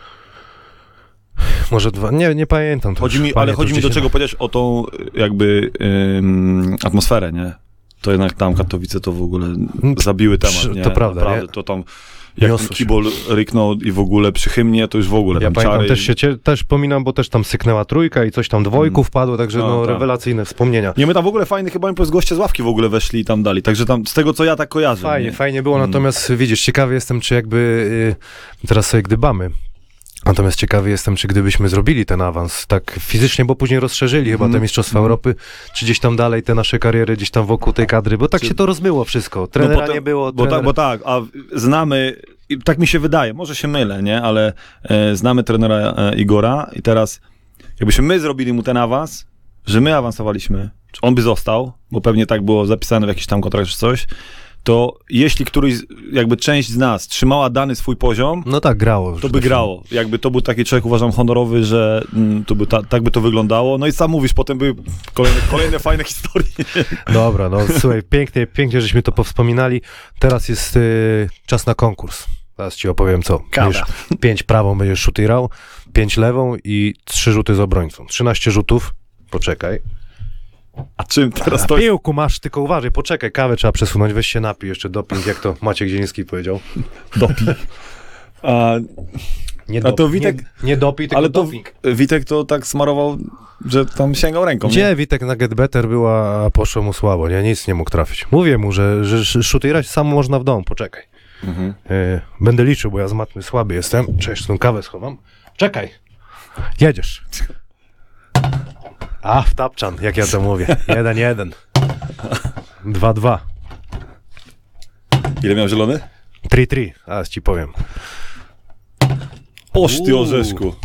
może dwa, nie, nie pamiętam. To Chodzi już, mi, panie, ale to chodzi już mi do gdzieś- czego powiedzieć o tą y, jakby ym, atmosferę, nie? To jednak tam Katowice to w ogóle zabiły temat, Przy- nie? to prawda, Naprawdę, nie? to tam jak Niosło ten się. kibol ryknął i w ogóle przy hymnie, to już w ogóle Ja tam pamiętam, czary też i- się cie, też pominam, bo też tam syknęła trójka i coś tam dwojków padło, także No, no, tak. rewelacyjne wspomnienia. Nie, my tam w ogóle fajny, chyba mi z goście z ławki w ogóle weszli i tam dali, także tam z tego, co ja tak kojarzę. Fajnie, nie? fajnie było, Mm. natomiast widzisz, ciekawy jestem, czy jakby, y, teraz sobie gdybamy, natomiast ciekawy jestem, czy gdybyśmy zrobili ten awans tak fizycznie, bo później rozszerzyli chyba te Mhm. Mistrzostwa Mhm. Europy, czy gdzieś tam dalej te nasze kariery, gdzieś tam wokół tej kadry, bo tak Czy- się to rozmyło wszystko, trenera potem- nie było, Bo trener... tak, bo tak, a znamy, i tak mi się wydaje, może się mylę, nie, ale e, znamy trenera e, Igora i teraz jakbyśmy my zrobili mu ten awans, że my awansowaliśmy, czy on by został, bo pewnie tak było zapisane w jakiś tam kontrakt czy coś, to jeśli któryś, z- jakby część z nas trzymała dany swój poziom, No tak, grało. to by grało. Jakby to był taki człowiek, uważam, honorowy, że mm, to by ta, tak by to wyglądało. No i sam mówisz, potem były kolejne, kolejne fajne historie. Dobra, no słuchaj, pięknie, pięknie, żeśmy to powspominali. Teraz jest y, czas na konkurs. Teraz ci opowiem co. Kada. Będziesz pięć prawą będziesz shootirał, pięć lewą i trzy rzuty z obrońcą. trzynaście rzutów. Poczekaj. A czym teraz A to jest? piłku masz, tylko uważaj, poczekaj, kawę trzeba przesunąć, weź się napij jeszcze doping, jak to Maciek Zieliński powiedział. Dopi. A, Nie A to doping, Witek- nie, nie dopij, tylko ale to doping. Witek to tak smarował, że tam sięgał ręką. Nie? Gdzie Witek na Get Better była, a poszło mu słabo, nie? Nic nie mógł trafić. Mówię mu, że, że shootirać sam można w domu, poczekaj. Mhm. Y, będę liczył, bo ja z matmy słaby jestem. Cześć, tą kawę schowam. Czekaj. Jedziesz. A, w tapczan, jak ja to mówię. Jeden, jeden. Dwa, dwa. Ile miał zielony? Trzy, trzy. A, ci powiem. Oż ty Uuu. orzeszku.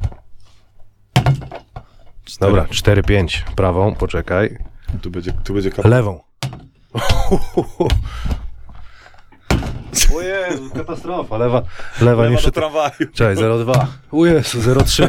Dobra, cztery, pięć. Prawą, poczekaj. Tu będzie, tu będzie kap... Lewą. O Jezu, katastrofa, lewa, lewa, nie Lewa do szybko. tramwaju. Czekaj, zero dwa. O Jezu, zero trzy.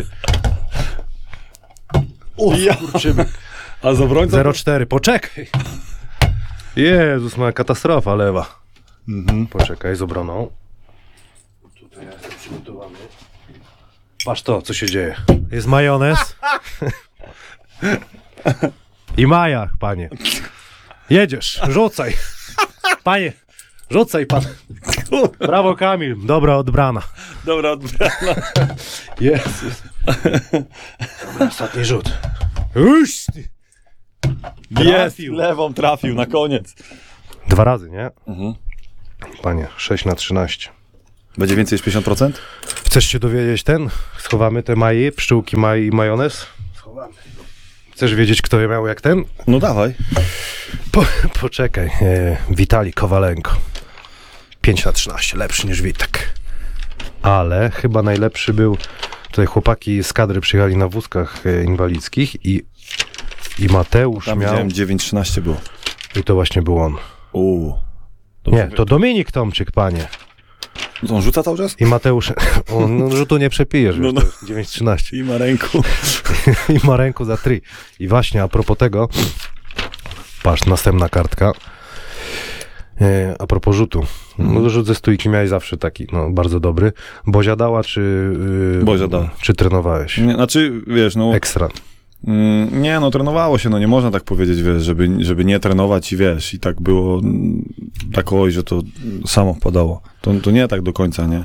O, Ja. kurczybyk. A z obrońcą? zero cztery, poczekaj. Jezus, ma katastrofa, lewa. Mhm. Poczekaj, z obroną. Tutaj ja jestem przygotowany. Patrz to, co się dzieje. Jest majonez. I majach, panie. Jedziesz, rzucaj. Panie, rzucaj pan. Brawo, Kamil, dobra odbrana. Dobra, odbrana. Jezus. Dobra, ostatni rzut. Uś, ty. Jest, Trafił. lewą trafił, na koniec. Dwa razy, nie? Mhm. Panie, sześć na trzynaście. Będzie więcej niż pięćdziesiąt procent? Chcesz się dowiedzieć ten? Schowamy te maji, pszczółki maj i majonez? Schowamy. Chcesz wiedzieć, kto je miał jak ten? No dawaj. Po, poczekaj. E, Witali Kowalenko. pięć na trzynaście, lepszy niż Witek. Ale chyba najlepszy był... Tutaj chłopaki z kadry przyjechali na wózkach e, inwalidzkich i, i Mateusz Tam miał... widziałem dziewięć trzynaście było. I to właśnie był on. Uuu. Nie, to Dominik Tomczyk, panie. To on rzuca cały czas? I Mateusz... On no, rzutu nie przepijesz, No, wiesz, no. to jest dziewięć trzynaście. I ma ręku. I ma ręku za tri. I właśnie a propos tego, patrz, następna kartka. E, a propos rzutu. No, rzut ze stójki miałeś zawsze taki, no, bardzo dobry. Bozia dała, czy... Yy, Bozia dała. Czy trenowałeś? Nie, znaczy, wiesz, no... Ekstra. Mm, nie, no trenowało się, no nie można tak powiedzieć, wiesz, żeby, żeby nie trenować i wiesz, i tak było, mm, tak oj, że to samo wpadało. To, to nie tak do końca, nie.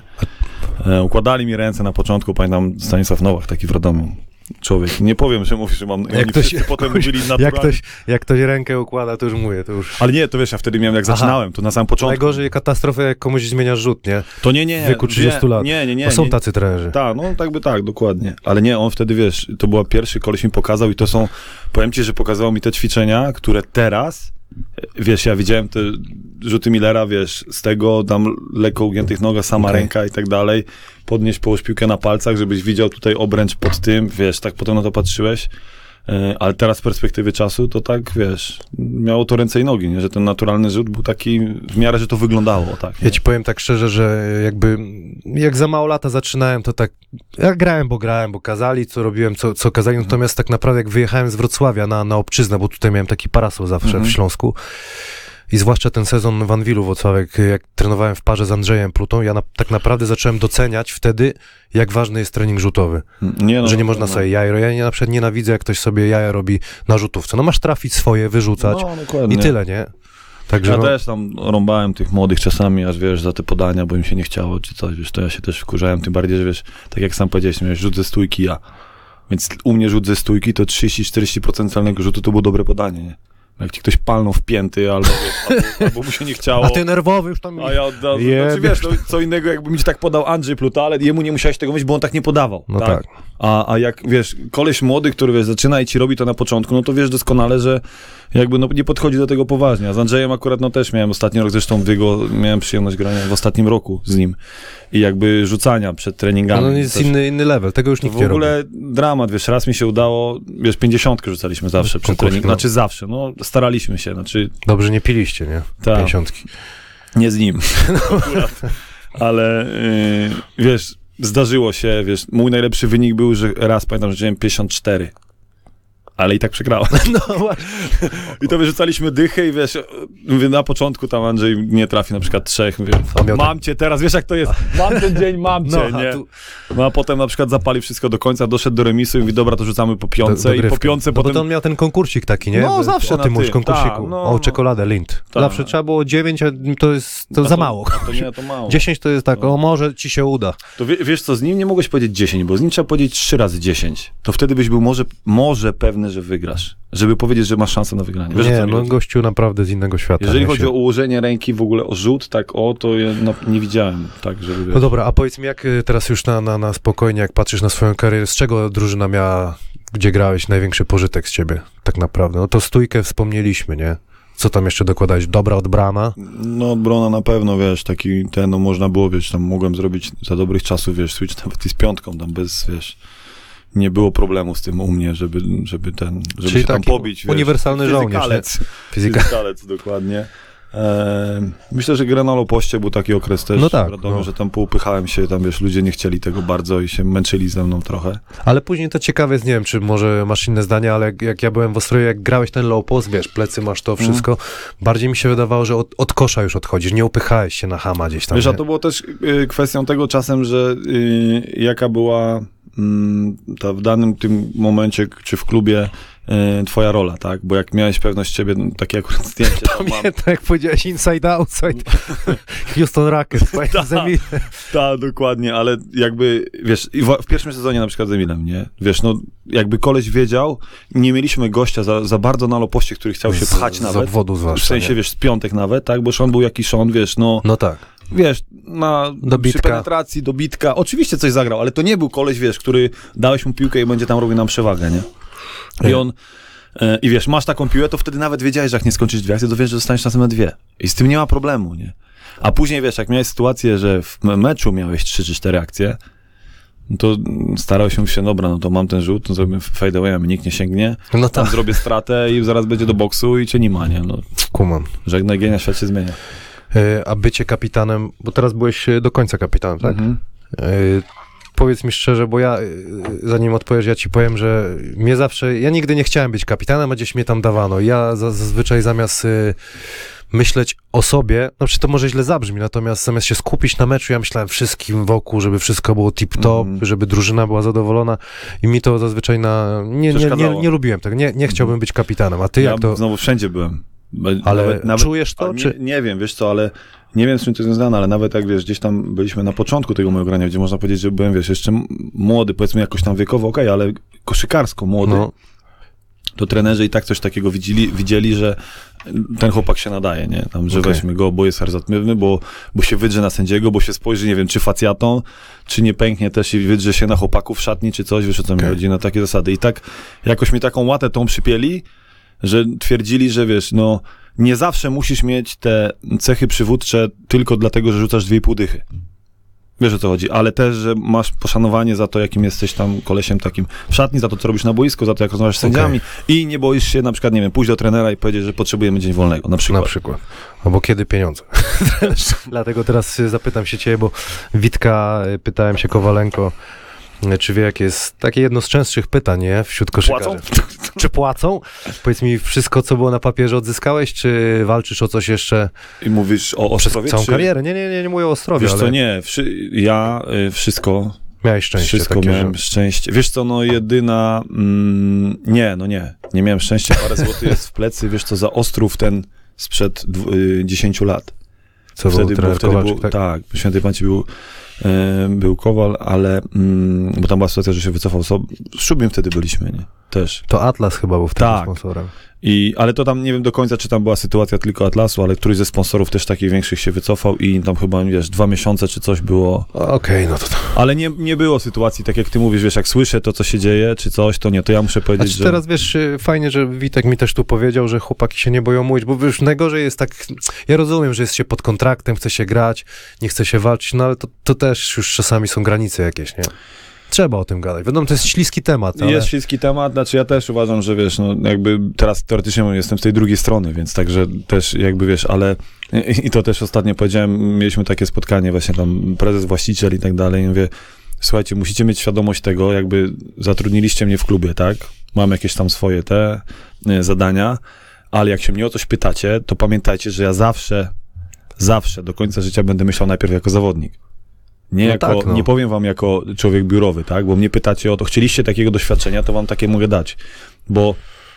E, układali mi ręce na początku, pamiętam Stanisław Nowak, taki w Radomiu. Człowiek. Nie powiem, że mówisz, że mam... Jak oni ktoś, wszyscy potem mówili jak, naturalnie. ktoś, jak ktoś rękę układa, to już mówię, to już... Ale nie, to wiesz, ja wtedy miałem, jak Aha. zaczynałem, to na samym początku. Najgorzej katastrofę, jak komuś zmieniasz rzut, nie? To nie, nie. W wieku trzydziestu lat. Nie, nie, nie. Bo są nie, tacy trenerzy. Tak, no tak by tak, dokładnie. Ale nie, on wtedy, wiesz, to była pierwszy koleś mi pokazał i to są, powiem ci, że pokazał mi te ćwiczenia, które teraz, wiesz, ja widziałem te rzuty Millera, wiesz, z tego tam lekko ugiętych noga, sama Okay. ręka i tak dalej, podnieść, połóż piłkę na palcach, żebyś widział tutaj obręcz pod tym, wiesz, tak potem na to patrzyłeś. E, Ale teraz z perspektywy czasu to tak, wiesz, miało to ręce i nogi, nie? Że ten naturalny rzut był taki w miarę, że to wyglądało, tak. Ja ci powiem tak szczerze, że jakby jak za mało lata zaczynałem, to tak ja grałem, bo grałem, bo kazali, co robiłem, co, co kazali, natomiast tak naprawdę jak wyjechałem z Wrocławia na, na obczyznę, bo tutaj miałem taki parasol zawsze Mhm. w Śląsku i zwłaszcza ten sezon w Anwilu Włocławek, jak trenowałem w parze z Andrzejem Plutą, ja na, tak naprawdę zacząłem doceniać wtedy, jak ważny jest trening rzutowy, Nie, no, że nie można no. sobie jaja, ja nie, na przykład nienawidzę, jak ktoś sobie jaja robi na rzutówce, no masz trafić swoje, wyrzucać No, dokładnie. i tyle, nie? Także Ja no, też tam rąbałem tych młodych czasami, aż wiesz, za te podania, bo im się nie chciało, czy coś, wiesz, to ja się też wkurzałem, tym bardziej, że wiesz, tak jak sam powiedziałeś, miałeś rzut ze stójki, ja. Więc u mnie rzut ze stójki to trzydzieści czterdzieści procent celnego rzutu to było dobre podanie, nie? Jak ci ktoś palnął w pięty, albo, wiesz, albo, albo mu się nie chciało. a ty nerwowy już tam... A ja oddam, Jebie. znaczy wiesz, no, co innego jakby mi ci tak podał Andrzej Pluta, ale jemu nie musiałeś tego mówić, bo on tak nie podawał. No tak. tak. A, a jak, wiesz, koleś młody, który, wiesz, zaczyna i ci robi to na początku, no to wiesz doskonale, że jakby, no, nie podchodzi do tego poważnie. A z Andrzejem akurat, no, też miałem ostatni rok, zresztą w jego, miałem przyjemność grania w ostatnim roku z nim. I jakby rzucania przed treningami. No jest też. inny, inny level, tego już To nikt w nie robi. ogóle dramat, wiesz, raz mi się udało, wiesz, pięćdziesiątkę rzucaliśmy zawsze przed Konkurs, treningiem, no. znaczy zawsze, no, staraliśmy się, znaczy Dobrze nie piliście, nie? Tak. Pięćdziesiątki. nie z nim, akurat. Ale yy, wiesz, zdarzyło się, wiesz, mój najlepszy wynik był, że raz pamiętam, że wziąłem pięćdziesiąt cztery. Ale i tak przegrałem. No właśnie. I to wyrzucaliśmy dychę i wiesz, mówię, na początku tam Andrzej nie trafi na przykład trzech, mówię, A miał mam cię teraz, wiesz jak to jest, mam ten dzień, mam cię, No, a nie? tu- No a potem na przykład zapali wszystko do końca, doszedł do remisu i mówi, dobra, to rzucamy po piątce i po dogrywkę. piątce No potem... bo to on miał ten konkursik taki, nie? No, zawsze O na tym mówisz, tym, konkursiku. tak, no, o no. czekoladę Lind. Tak. Zawsze trzeba było dziewięć, a to jest to A za mało. A to nie, to mało. dziesięć to jest tak, o może ci się uda. To wie, wiesz co, z nim nie mogłeś powiedzieć dziesięć, bo z nim trzeba powiedzieć trzy razy dziesięć. To wtedy byś był może, może pewny, że wygrasz. Żeby powiedzieć, że masz szansę na wygranie. Wiesz, o co Nie, mi no chodzi? gościu naprawdę z innego świata. Jeżeli nie chodzi się... o ułożenie ręki, w ogóle o rzut, tak o, to ja no, nie widziałem, tak, żeby wiesz. No dobra, a powiedz mi, jak y, teraz już na, na, na spokojnie, jak patrzysz na swoją karierę, z czego drużyna miała, gdzie grałeś, największy pożytek z ciebie, tak naprawdę? No to stójkę wspomnieliśmy, nie? Co tam jeszcze dokładałeś? Dobra odbrana? No obrona na pewno, wiesz, taki ten, no można było, wiesz, tam mogłem zrobić za dobrych czasów, wiesz, switch nawet i z piątką, tam bez, wiesz, nie było problemu z tym u mnie, żeby, żeby ten, żeby Czyli się tam taki pobić, wiesz. uniwersalny żołnierz, Fizykalec. Fizyka. Fizykalec, dokładnie. E, myślę, że gra na Lopoście był taki okres też No tak, w Radomiu, no. że tam poupychałem się, tam wiesz, ludzie nie chcieli tego bardzo i się męczyli ze mną trochę. Ale później to ciekawe jest, nie wiem, czy może masz inne zdanie, ale jak, jak ja byłem w Ostrowie, jak grałeś ten low post, wiesz, plecy masz to wszystko, mm. bardziej mi się wydawało, że od, od kosza już odchodzisz, nie upychałeś się na chama gdzieś tam. Wiesz, nie? a to było też y, kwestią tego czasem, że y, jaka była y, ta w danym tym momencie, czy w klubie y, twoja rola, tak? Bo jak miałeś pewność siebie, no, takie akurat zdjęcie tam mam. Pamiętam, jak powiedziałeś inside, outside, Houston Rockets, pamiętam z Emilem. Tak, dokładnie, ale jakby, wiesz, i w, w pierwszym sezonie na przykład z Emilem, nie? Wiesz, no, jakby koleś wiedział, nie mieliśmy gościa za, za bardzo na Lopoście, który chciał się Z- pchać z nawet. obwodu zwłaszcza, W sensie, nie? wiesz, z piątek nawet, tak? Bo Sean był jaki Sean, wiesz, no... No tak. Wiesz, na Dobitka. przy penetracji, dobitka, oczywiście coś zagrał, ale to nie był koleś, wiesz, który dałeś mu piłkę i będzie tam robił nam przewagę, nie? I on, e, i wiesz, masz taką piłę, to wtedy nawet wiedziałeś, że jak nie skończysz dwie akcje, to wiesz, że dostaniesz czasem na dwie. I z tym nie ma problemu, nie? A później, wiesz, jak miałeś sytuację, że w me- meczu miałeś trzy czy cztery akcje, no to starał się się, dobra, no to mam ten rzut, to zrobimy fade away, a mi nikt nie sięgnie, No tam tak, zrobię stratę i zaraz będzie do boksu i cię nie ma, nie? No, kumam. żegnaj genia, świat się zmienia. E, A bycie kapitanem, bo teraz byłeś e, do końca kapitanem, tak? Mhm. E, Powiedz mi szczerze, bo ja, e, zanim odpowiesz, ja ci powiem, że mnie zawsze, ja nigdy nie chciałem być kapitanem, a gdzieś mnie tam dawano. Ja za- zazwyczaj zamiast e, myśleć o sobie, no czy to może źle zabrzmi, natomiast zamiast się skupić na meczu, ja myślałem wszystkim wokół, żeby wszystko było tip-top, Mhm. żeby drużyna była zadowolona i mi to zazwyczaj na... Nie, nie, nie, Przeszkadzało. nie lubiłem tego, nie, nie chciałbym być kapitanem, a ty ja jak to... znowu wszędzie byłem. Bo Ale nawet, nawet, czujesz to, ale czy... nie, nie wiem, wiesz co, ale nie wiem, z czym to jest związane, ale nawet jak, wiesz, gdzieś tam byliśmy na początku tego mojego grania, gdzie można powiedzieć, że byłem, wiesz, jeszcze m- młody, powiedzmy jakoś tam wiekowo, okej, ale koszykarsko młody, No, to trenerzy i tak coś takiego widzieli, widzieli, że ten chłopak się nadaje, nie? Tam, że Okej. weźmy go, bo jest charyzmatywny, bo, bo się wydrze na sędziego, bo się spojrzy, nie wiem, czy facjatą, czy nie pęknie też i wydrze się na chłopaków w szatni, czy coś, wiesz o co mi Okej. chodzi, na takie zasady. I tak jakoś mi taką łatę tą przypieli, że twierdzili, że wiesz, no nie zawsze musisz mieć te cechy przywódcze tylko dlatego, że rzucasz dwie i pół dychy. Wiesz o co chodzi, ale też, że masz poszanowanie za to, jakim jesteś tam kolesiem takim w szatni, za to, co robisz na boisku, za to, jak rozmawiasz z sędziami i nie boisz się na przykład, nie wiem, pójść do trenera i powiedzieć, że potrzebujemy dzień wolnego, na przykład. na przykład. Albo kiedy pieniądze. Dlatego teraz y, zapytam się ciebie, bo Witka, y, pytałem się Kowalenko, y, czy wie, jakie jest takie jedno z częstszych pytań, nie? Wśród koszykarzy. Płacą? Czy płacą? Powiedz mi, wszystko, co było na papierze, odzyskałeś, czy walczysz o coś jeszcze I mówisz o przez Ostrowie? całą czy... karierę? Nie, nie, nie, nie mówię o Ostrowie, Wiesz ale co, nie, wszy... ja y, wszystko, miałeś szczęście wszystko takie, miałem że... szczęście. Wiesz co, no jedyna, mm, nie, no nie, nie miałem szczęścia, parę złotych jest w plecy, wiesz co, za Ostrów ten sprzed dwu- y, dziesięciu lat. Co był Wtedy, trener był, wtedy Kowalczyk, był, tak? tak, tak świętej pamięci był, e, był Kowal, ale, mm, bo tam była sytuacja, że się wycofał, so, z Szubiem wtedy byliśmy, nie? Też. To Atlas chyba był wtedy Tak. sponsorem. I, ale to tam nie wiem do końca, czy tam była sytuacja tylko Atlasu, ale któryś ze sponsorów też takich większych się wycofał i tam chyba, wiesz, dwa miesiące czy coś było. Okej, no to... to. Ale nie, nie było sytuacji, tak jak ty mówisz, wiesz, jak słyszę to, co się dzieje, czy coś, to nie, to ja muszę powiedzieć, Znaczy że... teraz wiesz, y, fajnie, że Witek mi też tu powiedział, że chłopaki się nie boją mówić, bo już najgorzej jest tak, ja rozumiem, że jest się pod kontraktem, chce się grać, nie chce się walczyć, no ale to, to też już czasami są granice jakieś, nie? Trzeba o tym gadać. Wiadomo, to jest śliski temat, ale... Jest śliski temat, znaczy ja też uważam, że wiesz, no jakby teraz teoretycznie jestem z tej drugiej strony, więc także też jakby wiesz, ale i, i to też ostatnio powiedziałem, mieliśmy takie spotkanie właśnie tam prezes, właściciel i tak dalej i mówię, słuchajcie, musicie mieć świadomość tego, jakby zatrudniliście mnie w klubie, tak? Mam jakieś tam swoje te nie, zadania, ale jak się mnie o coś pytacie, to pamiętajcie, że ja zawsze, zawsze do końca życia będę myślał najpierw jako zawodnik. Nie, No jako, tak, no. nie powiem wam jako człowiek biurowy, tak? Bo mnie pytacie o to, chcieliście takiego doświadczenia, to wam takie mogę dać. Bo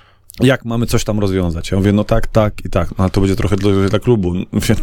jak mamy coś tam rozwiązać? Ja mówię, no tak, tak i tak. No ale to będzie trochę dla, dla klubu. Mówię,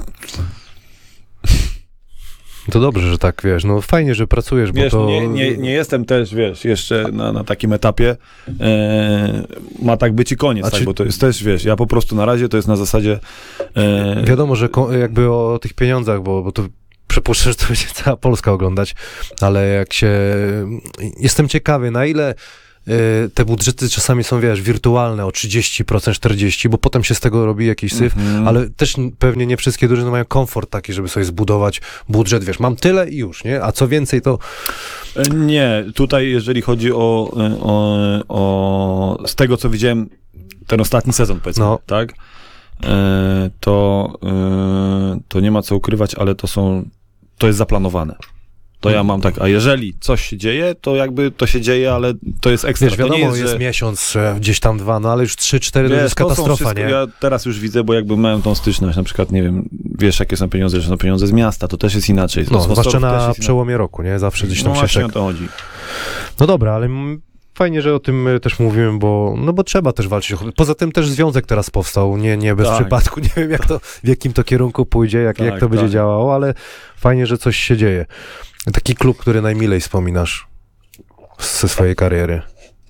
To dobrze, że tak, wiesz, no fajnie, że pracujesz, bo wiesz, to... nie, nie, nie jestem też, wiesz, jeszcze na, na takim etapie. E, ma tak być i koniec, A tak? czy- Bo to jest też, wiesz, ja po prostu na razie to jest na zasadzie... E, Wiadomo, że ko- jakby o tych pieniądzach, bo, bo to przypuszczę, że to będzie cała Polska oglądać, ale jak się... Jestem ciekawy, na ile y, te budżety czasami są, wiesz, wirtualne o trzydzieści procent, czterdzieści procent, bo potem się z tego robi jakiś syf, mhm. ale też pewnie nie wszystkie drużyny mają komfort taki, żeby sobie zbudować budżet, wiesz, mam tyle i już, nie? A co więcej, to... Nie, tutaj jeżeli chodzi o, o, o z tego, co widziałem ten ostatni sezon, powiedzmy, No. tak? e, to, e, to nie ma co ukrywać, ale to są, to jest zaplanowane. To ja mam tak, a jeżeli coś się dzieje, to jakby to się dzieje, ale to jest ekstra. Wiesz, wiadomo, to nie jest, jest że... miesiąc, e, gdzieś tam dwa, no ale już trzy, cztery to Wiesz, jest to są katastrofa, wszystko, nie? ja teraz już widzę, bo jakby miałem tą styczność, na przykład, nie wiem, wiesz, jakie są pieniądze, że są pieniądze z miasta, to też jest inaczej. No, Z zwłaszcza sponsorów też na jest przełomie roku, nie? Zawsze gdzieś inaczej. tam No się właśnie o czeka. to chodzi. No dobra, ale m- fajnie, że o tym y, też mówimy, bo, no bo trzeba też walczyć. o- Poza tym też związek teraz powstał, nie, nie bez Tak. przypadku. Nie wiem, jak to, w jakim to kierunku pójdzie, jak, jak Tak, to będzie tak. działało, ale fajnie, że coś się dzieje. Taki klub, który najmilej wspominasz ze swojej kariery.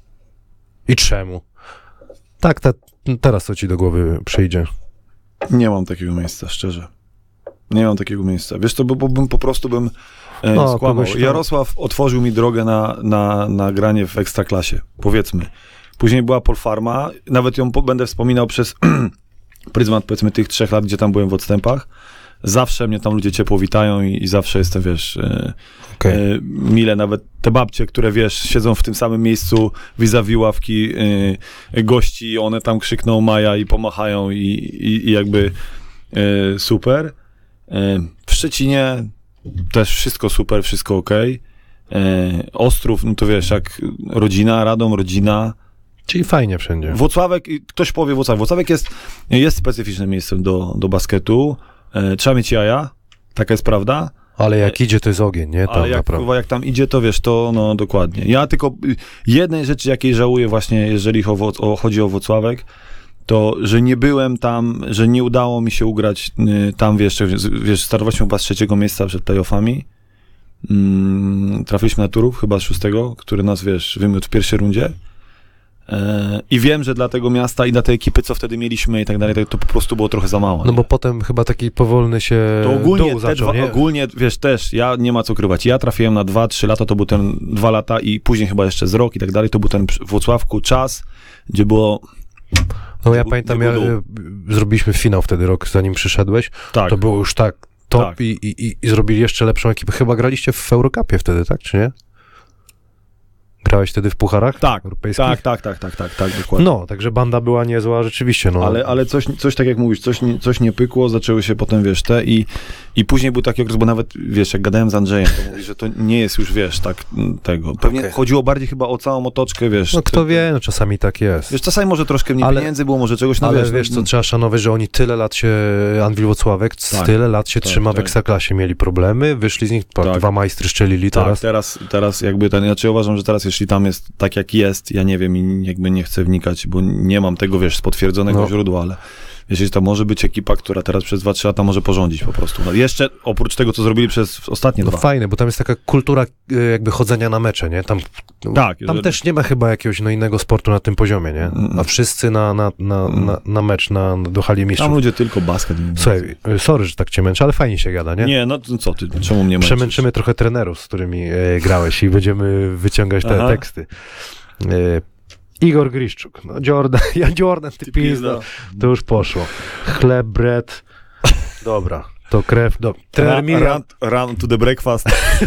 I czemu? Tak, te, teraz co ci do głowy przyjdzie. Nie mam takiego miejsca, szczerze. Nie mam takiego miejsca. Wiesz co, bo, bo bym po prostu bym e, No, skłamał. kogoś tam- Jarosław otworzył mi drogę na, na, na granie w Ekstraklasie, powiedzmy. Później była Polfarma, nawet ją po, będę wspominał przez pryzmat, powiedzmy, tych trzech lat, gdzie tam byłem w odstępach. Zawsze mnie tam ludzie ciepło witają i, i zawsze jestem, wiesz, e, Okay. e, mile, nawet te babcie, które, wiesz, siedzą w tym samym miejscu vis-a-vis ławki e, gości, one tam krzykną Maja i pomachają i, i, i jakby e, super. E, w Szczecinie też wszystko super, wszystko okej. E, Ostrów, no to wiesz, jak rodzina, Radom, rodzina. Czyli fajnie wszędzie. Włocławek, i ktoś powie Włocławek. Włocławek jest, jest specyficznym miejscem do, do basketu. E, trzeba mieć jaja, taka jest prawda. Ale jak idzie, to jest ogień, nie? Tam Ale jak, naprawdę. kurwa, jak tam idzie, to wiesz, to no dokładnie. Ja tylko y, jednej rzeczy, jakiej żałuję właśnie, jeżeli o, Woc- o, chodzi o Włocławek, to, że nie byłem tam, że nie udało mi się ugrać y, tam, wiesz, wiesz, startowaliśmy chyba z trzeciego miejsca przed playoffami. Mm, trafiliśmy na Turów, chyba z szóstego, który nas, wiesz, wymiótł w pierwszej rundzie. E, I wiem, że dla tego miasta i dla tej ekipy, co wtedy mieliśmy i tak dalej, to, to po prostu było trochę za mało. No nie? bo potem chyba taki powolny się To ogólnie, dół te zaczął, dwa, nie? ogólnie, wiesz, też, ja nie ma co ukrywać, ja trafiłem na dwa, trzy lata, to był ten dwa lata i później chyba jeszcze z rok i tak dalej, to był ten w Włocławku czas, gdzie było... No ja nie pamiętam, było ja, dół. e, zrobiliśmy finał wtedy rok, zanim przyszedłeś. Tak, To było już tak top Tak. i, i, i- i zrobili jeszcze lepszą ekipę. Chyba graliście w Eurocupie wtedy, tak, czy nie? Grałeś wtedy w pucharach tak, europejskich? tak, tak, tak, tak, tak, tak, dokładnie. No, także banda była niezła, rzeczywiście, no. Ale, ale coś, coś tak jak mówisz, coś, nie- coś nie pykło, zaczęły się potem, wiesz, te i, i później był taki okres, bo nawet, wiesz, jak gadałem z Andrzejem, to mówi, że to nie jest już, wiesz, tak m, tego. Pewnie Okej. chodziło bardziej chyba o całą otoczkę, wiesz. No kto ty- wie, no czasami tak jest. Wiesz, czasami może troszkę mniej Ale- pieniędzy było, może czegoś, no Ale wiesz. wiesz, no, co trzeba szanować, że oni tyle lat się, Anwil Włocławek, Tak, tyle lat się tak, trzyma w tak. Ekstraklasie, mieli problemy, wyszli z nich, pa- Tak. dwa majstry szczelili Tak, teraz. teraz, teraz jakby ten, znaczy uważam, że teraz jeśli tam jest tak jak jest, ja nie wiem i jakby nie chcę wnikać, bo nie mam tego, wiesz, z potwierdzonego No. źródła, ale jeśli to może być ekipa, która teraz przez dwa trzy lata może porządzić po prostu. No, jeszcze oprócz tego, co zrobili przez ostatnie No dwa. fajne, bo tam jest taka kultura e, jakby chodzenia na mecze, nie? Tam, Tak, tam jeżeli- też nie ma chyba jakiegoś no, innego sportu na tym poziomie, nie? Mm. A wszyscy na, na, na, Mm. na, na mecz, na, do hali mistrzów. Tam ludzie tylko basket. nie wiem. Słuchaj, e, sorry, że tak cię męczę, ale fajnie się gada, nie? Nie, no to co ty, czemu mnie męczysz? Przemęczymy trochę trenerów, z którymi e, grałeś i będziemy wyciągać te Aha. teksty. E, Igor Griszczuk, no Jordan, ja Jordan, ty, Ty pizda, pizda. to już poszło. Chleb, bread, dobra, to krew, do, trener Run, Milian, run, run to the breakfast.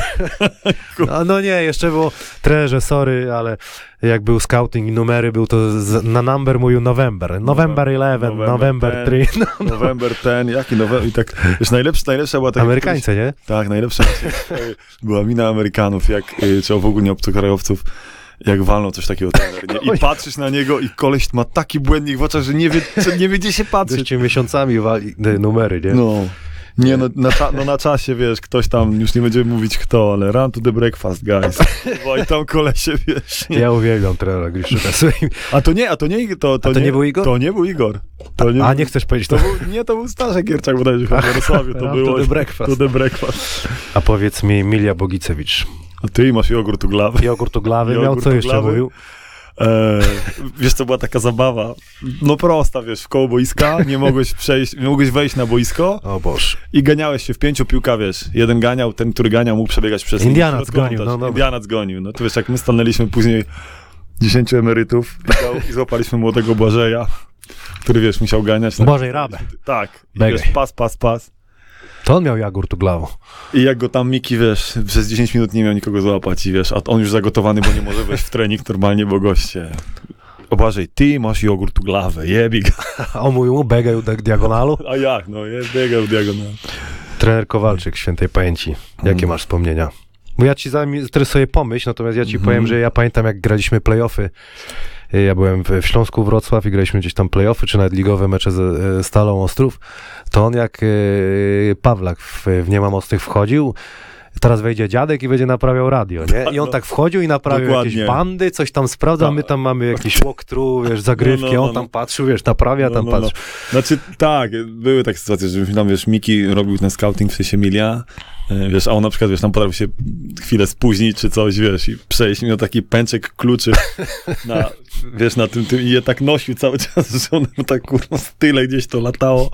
a no nie, jeszcze było, trenerze, sorry, ale jak był scouting i numery, był to z, na number mówił November, November jedenaście, November November ten. trzy, no, November ten, jaki November, i tak, wiesz, najlepsza, najlepsza była taka... Amerykańcy, nie? Tak, najlepsza była mina Amerykanów, jak, y, czy w ogóle obcokrajowców, jak walną coś takiego trener, nie? I patrzysz na niego i koleś ma taki błędnik w oczach, że nie wie, co, nie wie gdzie się patrzeć. Żeście miesiącami wali te numery, nie? No, nie, no na, cza, no na czasie, wiesz, ktoś tam, już nie będziemy mówić kto, ale run to the breakfast, guys. Bo i tam kolesie, wiesz. Nie? Ja uwielbiam trenera Griszczuka. Słuchaj, A to nie, a to nie, to, to, A to nie był Igor? To nie był Igor. To nie, a nie chcesz powiedzieć to to? był, nie, to był Staszek Gierczak bodajże, chyba w Jarosławiu to Run było. to the breakfast. To the breakfast. A powiedz mi, Milia Bogicewicz. A ty masz jogurt u glawy. Jogurt oglawy miał, Jogurt co jeszcze oglawy. mówił? E, wiesz, to była taka zabawa, no prosta, wiesz, w koło boiska, nie mogłeś przejść, nie mogłeś wejść na boisko O Boże. i ganiałeś się w pięciu piłka, wiesz, jeden ganiał, ten, który ganiał, mógł przebiegać przez linię Indianac środkową gonił, też. no dobra. Indianac gonił, no to wiesz, jak my stanęliśmy później dziesięciu emerytów i, dał, i złapaliśmy młodego Błażeja, który, wiesz, musiał ganiać. Błażej Rabę. Tak, i Begaj. wiesz, pas, pas, pas. To on miał jogurt oglawą. I jak go tam Miki, wiesz, przez dziesięć minut nie miał nikogo złapać i wiesz, a on już zagotowany, bo nie może wejść w trening normalnie, bo goście Uważaj, ty masz jogurt u glawę, jebik. A on mówił mu, biegaj u diagonalu. A jak, no, jest biegał u diagonalu. Trener Kowalczyk, świętej pamięci. Jakie Mm. masz wspomnienia? Bo ja ci zaraz sobie pomyśl, natomiast ja ci Mhm. powiem, że ja pamiętam, jak graliśmy play-offy. Ja byłem w, w Śląsku Wrocław i graliśmy gdzieś tam play-offy, czy nawet ligowe mecze z e, Stalą Ostrów. To on jak e, Pawlak w, w Nie ma mocnych wchodził, teraz wejdzie dziadek i będzie naprawiał radio, nie? I on No, tak wchodził i naprawiał dokładnie. jakieś bandy, coś tam sprawdzał, a my tam mamy jakieś walkthrough, wiesz, zagrywki, No, no, no, on tam no. patrzył, wiesz, naprawia, tam No, no, no. patrzył. Znaczy, tak, były takie sytuacje, że tam, wiesz, Miki robił ten scouting w sensie Milia, e, wiesz, a on na przykład, wiesz, tam potrafił się chwilę spóźnić czy coś, wiesz, i przejść, miał taki pęczek kluczy na, wiesz, na tym, tym i je tak nosił cały czas, że on tak, kurwa, w tyle gdzieś to latało.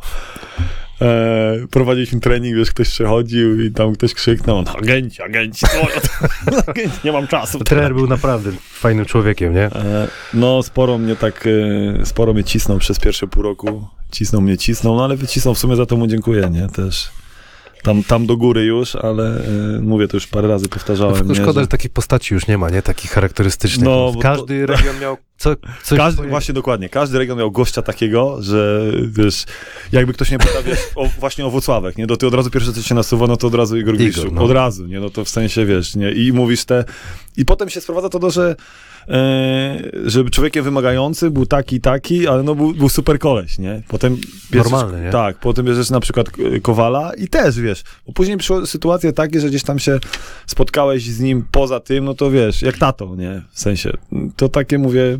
E, prowadziliśmy trening, wiesz, ktoś przechodził i tam ktoś krzyknął, on, agenci, agenci, co? agenci, nie mam czasu. Trener był naprawdę fajnym człowiekiem, nie? E, No, sporo mnie tak, e, sporo mnie cisnął przez pierwsze pół roku. Cisnął mnie, cisnął, no ale wycisnął, w sumie za to mu dziękuję, nie? Też tam, tam do góry już, ale e, mówię, to już parę razy powtarzałem. Tylko nie, szkoda, że że... takich postaci już nie ma, nie? Takich charakterystycznych. No, bo Każdy to- region miał co, coś Każdy, swojego. właśnie dokładnie, każdy region miał gościa takiego, że wiesz, jakby ktoś nie pytał, wiesz, o, właśnie o Włocławek, nie? To ty od razu pierwsze, co się nasuwa, no to od razu Igor Gwiszczuk, no. od razu, nie? No to w sensie, wiesz, nie? I mówisz te... I potem się sprowadza to do, że e, żeby człowiekiem wymagający był taki, taki, ale no był, był super koleś, nie? Potem bierzesz, Normalny, nie? Tak, potem bierzesz na przykład e, Kowala i też, wiesz, bo później przyszły sytuacje takie, że gdzieś tam się spotkałeś z nim poza tym, no to wiesz, jak tato, nie? W sensie, to takie mówię...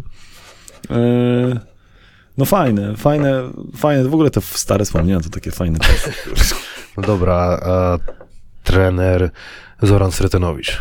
Yy, no fajne, fajne, fajne, w ogóle te stare wspomnienia to takie fajne. No dobra, a trener Zoran Sretenowicz.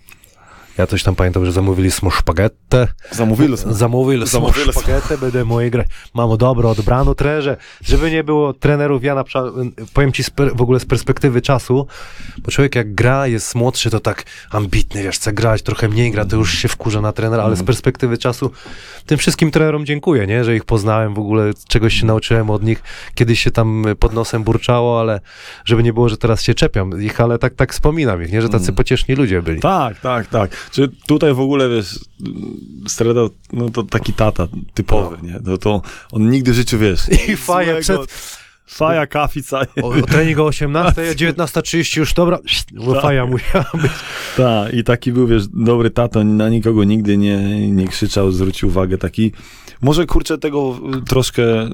Ja coś tam pamiętam, że zamówili smo szpagettę. Zamówili smo. Zamówili smo Zamówili smo. szpagettę, będę moje grać. Mamo, dobro, odbrano trenerze. Żeby nie było trenerów, ja na przykład, powiem ci sper, w ogóle z perspektywy czasu, bo człowiek jak gra, jest młodszy, to tak ambitny, wiesz, chce grać, trochę mniej gra, to już się wkurza na trenera, ale z perspektywy czasu tym wszystkim trenerom dziękuję, nie, że ich poznałem, w ogóle czegoś się nauczyłem od nich. Kiedyś się tam pod nosem burczało, ale żeby nie było, że teraz się czepiam ich, ale tak, tak wspominam ich, nie, że tacy pocieszni ludzie byli. Tak, tak, tak. Czy tutaj w ogóle, wiesz, Streda, no to taki tata typowy, nie? No to on nigdy w życiu, wiesz... I faja przed... Faja, kafica. O, o trening o osiemnastej, dziewiętnasta trzydzieści już, dobra, bo faja musiała być. Tak, i taki był, wiesz, dobry tato, na nikogo nigdy nie, nie krzyczał, zwrócił uwagę, taki... Może, kurczę, tego troszkę e,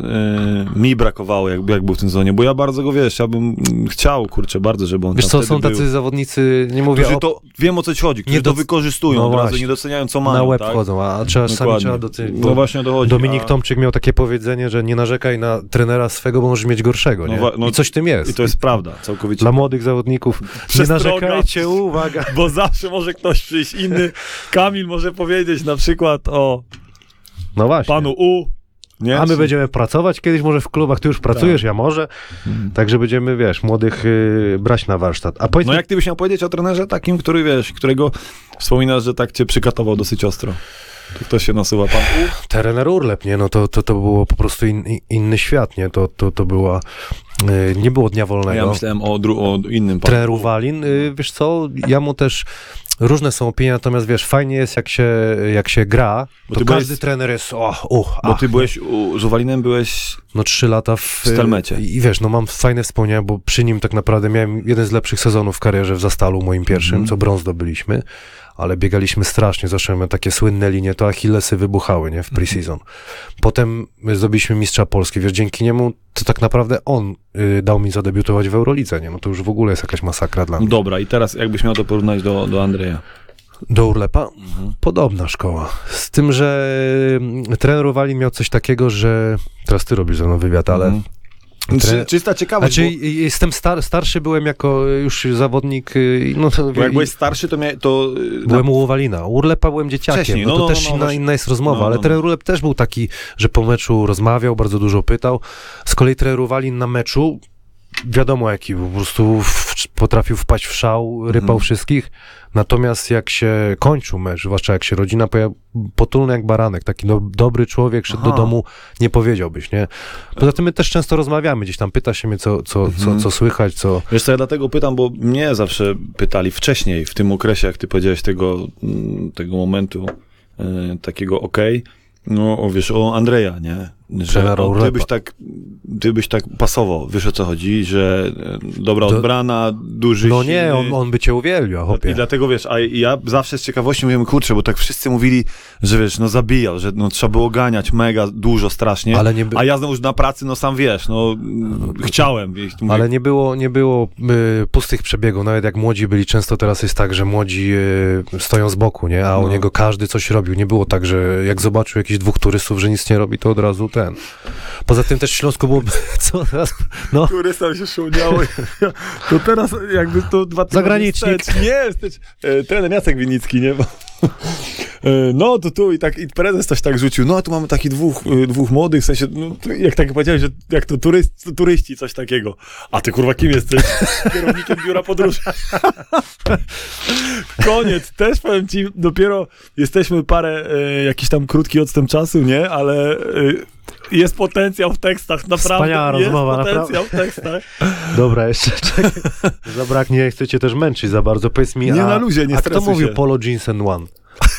mi brakowało, jak, jak był w tym sezonie, bo ja bardzo go, wiesz, ja bym chciał, kurczę, bardzo, żeby on Wiesz tam co, wtedy są tacy był. zawodnicy, nie mówię Którzy o... to, wiem o co ci chodzi, którzy Nie to doc- wykorzystują No od razu, właśnie. nie doceniają co mają, na łeb tak? wchodzą, a trzeba czasami Dokładnie. trzeba do ty... No właśnie o to chodzi. Dominik a... Tomczyk miał takie powiedzenie, że nie narzekaj na trenera swego, bo możesz mieć gorszego, No nie? wa- no I coś w tym jest. I to jest prawda, całkowicie. Dla młodych zawodników. Nie Przestroga. narzekajcie, uwaga. Bo zawsze może ktoś przyjść inny. Kamil może powiedzieć na przykład o No właśnie. panu U. Nie? A my Czy- będziemy pracować kiedyś może w klubach, ty już pracujesz, ja może. Mhm. Także będziemy, wiesz, młodych y, brać na warsztat. A powiedz No mi, jak ty byś miał powiedzieć o trenerze takim, który, wiesz, którego wspominasz, że tak cię przykatował dosyć ostro? To kto się nasuwa? Pan U? trener Urlep, nie? No to, to, to było po prostu in, inny świat, nie? To, to, to była... Y, nie było dnia wolnego. Ja myślałem o, dru- o innym panu. Trener Walin, y, wiesz co, ja mu też... Różne są opinie, natomiast wiesz, fajnie jest jak się, jak się gra, Bo to ty każdy byłeś- trener jest, och, uch, Bo ach, ty byłeś, u, z Uwalinem byłeś... no trzy lata w... w Stelmecie. I wiesz, no mam fajne wspomnienia, bo przy nim tak naprawdę miałem jeden z lepszych sezonów w karierze w Zastalu, moim pierwszym, Mhm. co brąz zdobyliśmy, ale biegaliśmy strasznie, zawsze miałem takie słynne linie, to Achillesy wybuchały, nie, w pre-season. Potem my zdobyliśmy mistrza Polski, wiesz, dzięki niemu to tak naprawdę on y, dał mi zadebiutować w Eurolidze, nie, no to już w ogóle jest jakaś masakra dla mnie. Dobra, i teraz jakbyś miał to porównać do, do Andrzeja? Do Urlepa? Mhm. Podobna szkoła. Z tym, że mm, trener Walin miał coś takiego, że teraz ty robisz ze mną wywiad, ale Mhm. Czy, czysta ciekawość, znaczy, bo, jestem star, starszy byłem jako już zawodnik, y, no to bo jak i- byłeś starszy, to, mia, to byłem u Walina. U Urlepa byłem dzieciakiem, Wcześniej, no no, to no, też no, no, inna, właśnie. inna jest rozmowa, No, ale no, no. trener Urlep też był taki, że po meczu rozmawiał, bardzo dużo pytał. Z kolei trener Walin na meczu, wiadomo jaki, po prostu w, potrafił wpaść w szał, rypał Mhm. wszystkich. Natomiast jak się kończył mecz, zwłaszcza jak się rodzina pojawiła, potulny jak baranek, taki no, dobry człowiek, szedł Aha. do domu, nie powiedziałbyś, nie? Poza tym my też często rozmawiamy, gdzieś tam pyta się mnie, co, co, Mhm. co, co słychać, co... Wiesz co, ja dlatego pytam, bo mnie zawsze pytali wcześniej, w tym okresie, jak ty powiedziałeś tego, mm, tego momentu, e, takiego okej, No, o, wiesz, o Andrzeja, nie? Że Trenera o, ty, Urepa. byś tak, ty byś tak pasował, wiesz o co chodzi, że e, dobra Do- odbrana, duży, No silny. nie, on, on by cię uwielbiał, I chłopie. dlatego, wiesz, a ja zawsze z ciekawości mówiłem, kurczę, bo tak wszyscy mówili, że wiesz, no zabijał, że no trzeba było ganiać mega dużo, strasznie, Ale nie by- a ja znowu na pracy, no sam wiesz, no mm, chciałem. Wiesz, mówię, Ale nie było, nie było y, pustych przebiegów, nawet jak młodzi byli, często teraz jest tak, że młodzi y, stoją z boku, nie? A u No. niego każdy coś robił. Nie było tak, że jak zobaczył jakichś dwóch turystów, że nic nie robi, to od razu ten. Poza tym też w Śląsku było, co teraz, no, Turysta się szumniało. To teraz jakby to dwa tygodnie Zagranicznik. wstecz. Nie, wstecz. E, Trener Jacek Winicki, nie? Bo, e, no to tu i tak i prezes coś tak rzucił. No a tu mamy takich dwóch, e, dwóch młodych, w sensie, no, to jak tak powiedziałeś, że jak to turyst, turyści, coś takiego. A ty kurwa kim jesteś? Kierownikiem biura podróży. Koniec. Też powiem ci, dopiero jesteśmy parę, e, jakiś tam krótki odstęp czasu, nie? Ale e, jest potencjał w tekstach, naprawdę. Wspaniała jest rozmowa, potencjał w tekstach. dobra, jeszcze czekaj. Zabraknie, nie chcę cię też męczyć za bardzo. Powiedz mi, Nie a, na luzie, nie a kto stresuj mówił się. Polo Jeans and One?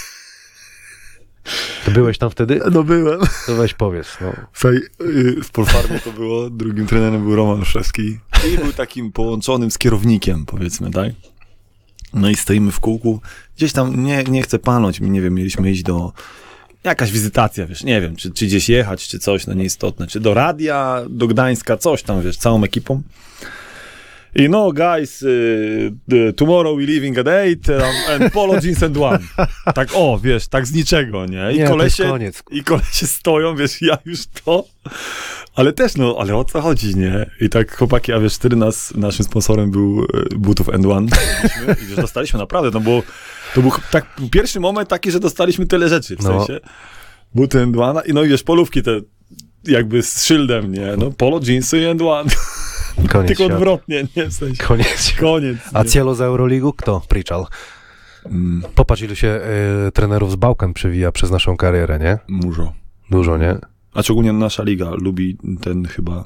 Ty byłeś tam wtedy? No byłem. To weź powiedz, no. Słuchaj, yy, w Polfarmie to było, drugim trenerem był Roman Olszewski i był takim połączonym z kierownikiem, powiedzmy, tak? No i stoimy w kółku, gdzieś tam, nie, nie chcę palnąć, nie wiem, mieliśmy iść do, jakaś wizytacja, wiesz, nie wiem, czy, czy gdzieś jechać, czy coś, no nieistotne, czy do radia, do Gdańska, coś tam, wiesz, całą ekipą. I no, guys, y, y, tomorrow we leaving at eight um, and Polo Jeans and One. Tak, o, wiesz, tak z niczego, nie? I Nie, to kolesie, jest koniec. i kolesie stoją, wiesz, ja już to, ale też, no, ale o co chodzi, nie? I tak chłopaki, a wiesz, wtedy nas, naszym sponsorem był y, Butów and One. I wiesz, dostaliśmy naprawdę, no bo to był tak, pierwszy moment taki, że dostaliśmy tyle rzeczy, w No. sensie Buty and One, i no i wiesz, polówki te jakby z szyldem, nie? No, Polo Jeansy and One. Koniec Tylko świata. odwrotnie, nie? W sensie. Koniec. Koniec. A nie? Cielo z Euroligu? Kto? Pritchell. Mm, Popatrz, ilu się y, trenerów z Bałkan przewija przez naszą karierę, nie? Dużo. Dużo, nie? A szczególnie nasza liga lubi ten chyba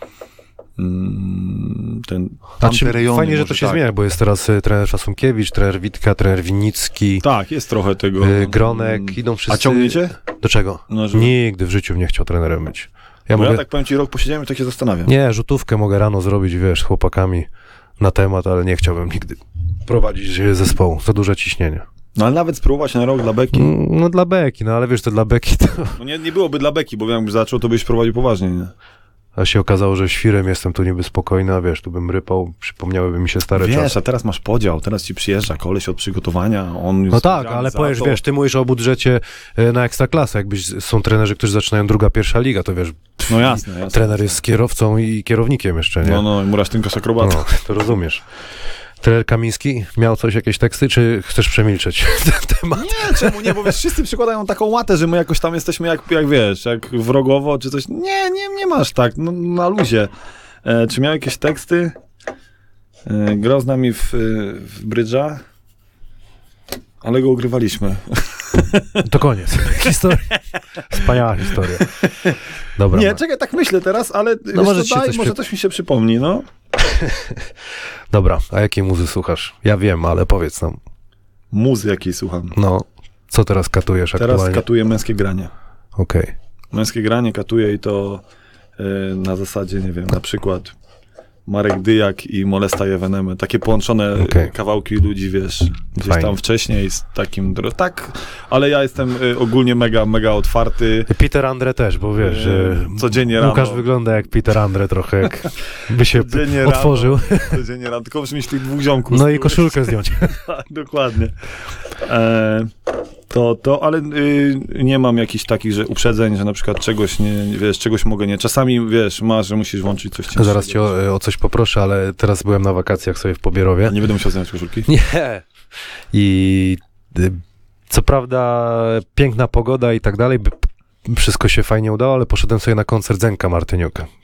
mm, ten A tamte czy, rejony, fajnie, że może to się tak. zmienia, bo jest teraz y, trener Szasunkiewicz, trener Witka, trener Winnicki, Tak, jest trochę tego. y, Gronek, Mm. idą wszyscy... A ciągniecie? Do czego? No, że... Nigdy w życiu nie chciał trenerem być. Ja Bo mogę... ja tak powiem ci, rok posiedziałem i tak się zastanawiam. Nie, rzutówkę mogę rano zrobić, wiesz, z chłopakami na temat, ale nie chciałbym nigdy prowadzić zespołu. Za duże ciśnienie. No ale nawet spróbować na rok dla Beki. Mm, No dla beki, no ale wiesz, to dla beki to... No nie, nie byłoby dla Beki, bo jakbyś zaczął, to byś prowadził poważnie, nie? A się okazało, że świrem jestem tu niby spokojny, a wiesz, tu bym rypał, przypomniałyby mi się stare Wiesz, czasy. a teraz masz podział, teraz ci przyjeżdża koleś od przygotowania, on jest No tak, odpowiedzialny ale za powiesz, to. wiesz, ty mówisz o budżecie e, na Ekstraklasę, jakbyś są trenerzy, którzy zaczynają druga, pierwsza liga, to wiesz, No jasne, jasne. trener jest kierowcą i kierownikiem jeszcze, nie? No, no, Murasz Tynkarz akrobata. No, to rozumiesz. Trener Kamiński miał coś, jakieś teksty, czy chcesz przemilczeć ten temat? Nie, czemu nie, bo wiesz, wszyscy przykładają taką łatę, że my jakoś tam jesteśmy jak, jak wiesz, jak wrogowo czy coś. Nie, nie, nie masz tak, no, na luzie. E, czy miał jakieś teksty? E, grał z nami w, w brydża, ale go ugrywaliśmy. To koniec. Historia. Wspaniała historia. Dobra. Nie, czekaj, tak myślę teraz, ale No wiesz może co, ci się daj, coś może przy- coś mi się przypomni, no. Dobra, a jakiej muzy słuchasz? Ja wiem, ale powiedz nam. Muzy jakiej słucham. No, co teraz katujesz Teraz aktualnie? katuję męskie granie. Okej. Męskie granie katuję i to e, na zasadzie, nie wiem, na przykład Marek Dyjak i Molesta Jevenemy. Takie połączone Okej. kawałki ludzi, wiesz, gdzieś Fajnie. tam wcześniej z takim... dro- Tak, ale ja jestem e, ogólnie mega, mega otwarty. Peter Andre też, bo wiesz, E, że codziennie Łukasz rano. wygląda jak Peter Andre trochę, jak by się Codziennie otworzył. Rano, codziennie rano, tylko muszę mieć tych dwóch ziomków. No i koszulkę zdjąć. Tak, dokładnie. E, to, to, ale y, nie mam jakichś takich, że uprzedzeń, że na przykład czegoś nie, wiesz, czegoś mogę nie. Czasami, wiesz, masz, że musisz włączyć coś cięższego. Zaraz cię o, o coś poproszę, ale teraz byłem na wakacjach sobie w Pobierowie. Nie będę musiał zdjąć koszulki? Nie. I y, co prawda piękna pogoda i tak dalej, by- wszystko się fajnie udało, ale poszedłem sobie na koncert Zenka Martyniuka.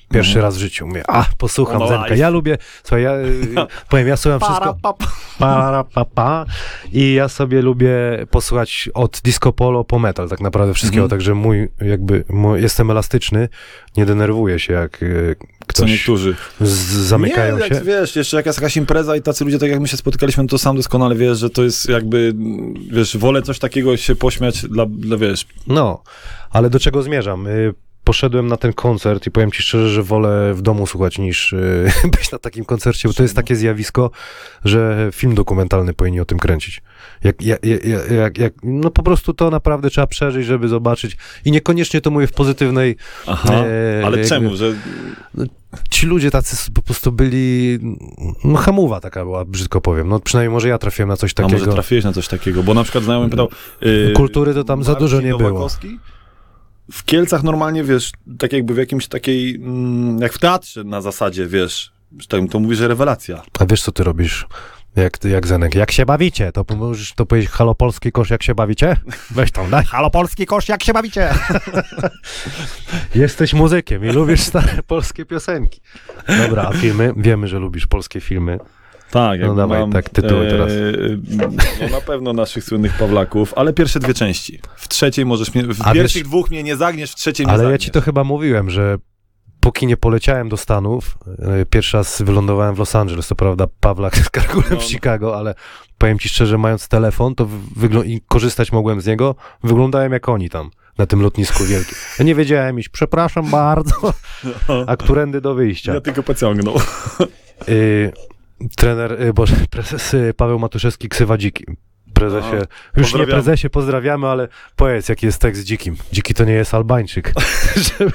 Pierwszy Mhm. raz w życiu. Mówię, a, posłucham No, Zenka. live. Ja lubię, słuchaj, ja y, powiem, ja słucham wszystko. Para, pa, pa. I ja sobie lubię posłuchać od disco polo po metal, tak naprawdę wszystkiego, Mhm. także mój, jakby, mój, jestem elastyczny, nie denerwuję się, jak y, Co ktoś niektórzy. z, zamykają nie, się. Jak, wiesz, jeszcze jak jest jakaś impreza i tacy ludzie, tak jak my się spotykaliśmy, no to sam doskonale wiesz, że to jest jakby, wiesz, wolę coś takiego się pośmiać dla, dla wiesz, No, ale do czego zmierzam? Y, Poszedłem na ten koncert i powiem ci szczerze, że wolę w domu słuchać niż y, być na takim koncercie, bo to jest takie zjawisko, że film dokumentalny powinien o tym kręcić. Jak, jak, jak, jak, jak, no po prostu to naprawdę trzeba przeżyć, żeby zobaczyć. I niekoniecznie to mówię w pozytywnej... aha, e, ale jakby- czemu, że Ci ludzie tacy po prostu byli... No hamuwa taka była, brzydko powiem. No przynajmniej może ja trafiłem na coś a takiego. może trafiłeś na coś takiego, bo na przykład znajomy pytał... Yy, Kultury to tam za dużo nie było. Nowakowski? W Kielcach normalnie, wiesz, tak jakby w jakimś takiej, mm, jak w teatrze na zasadzie, wiesz, że tak, to mówi, że rewelacja. A wiesz, co ty robisz? Jak, ty- jak Zenek, jak się bawicie, to możesz to powiedzieć halo polski kosz, jak się bawicie? Weź tam, daj. Halo polski kosz, jak się bawicie? Jesteś muzykiem i lubisz stare polskie piosenki. Dobra, a filmy? Wiemy, że lubisz polskie filmy. Tak, No jakby dawaj, mam, tak, tytuły teraz. No na pewno naszych słynnych Pawlaków, ale pierwsze dwie części. W trzeciej możesz mnie, w A pierwszych wiesz- dwóch mnie nie zagniesz, w trzeciej mnie Ale ja zagniesz. ci to chyba mówiłem, że póki nie poleciałem do Stanów, e, pierwszy raz wylądowałem w Los Angeles, to prawda, Pawlak z Kargulem No, w no. Chicago, ale powiem ci szczerze, mając telefon, to wygl- i korzystać mogłem z niego, wyglądałem jak oni tam, na tym lotnisku wielkim. Ja nie wiedziałem iść, przepraszam bardzo, a którędy do wyjścia. Ja tylko pociągnął. Y, trener, y, boże, prezes y, Paweł Matuszewski, ksywa Dziki. Prezesie, Aha, już nie pozdrawiamy. prezesie, pozdrawiamy, ale powiedz, jaki jest tekst z Dzikim. Dziki to nie jest Albańczyk. Żeby,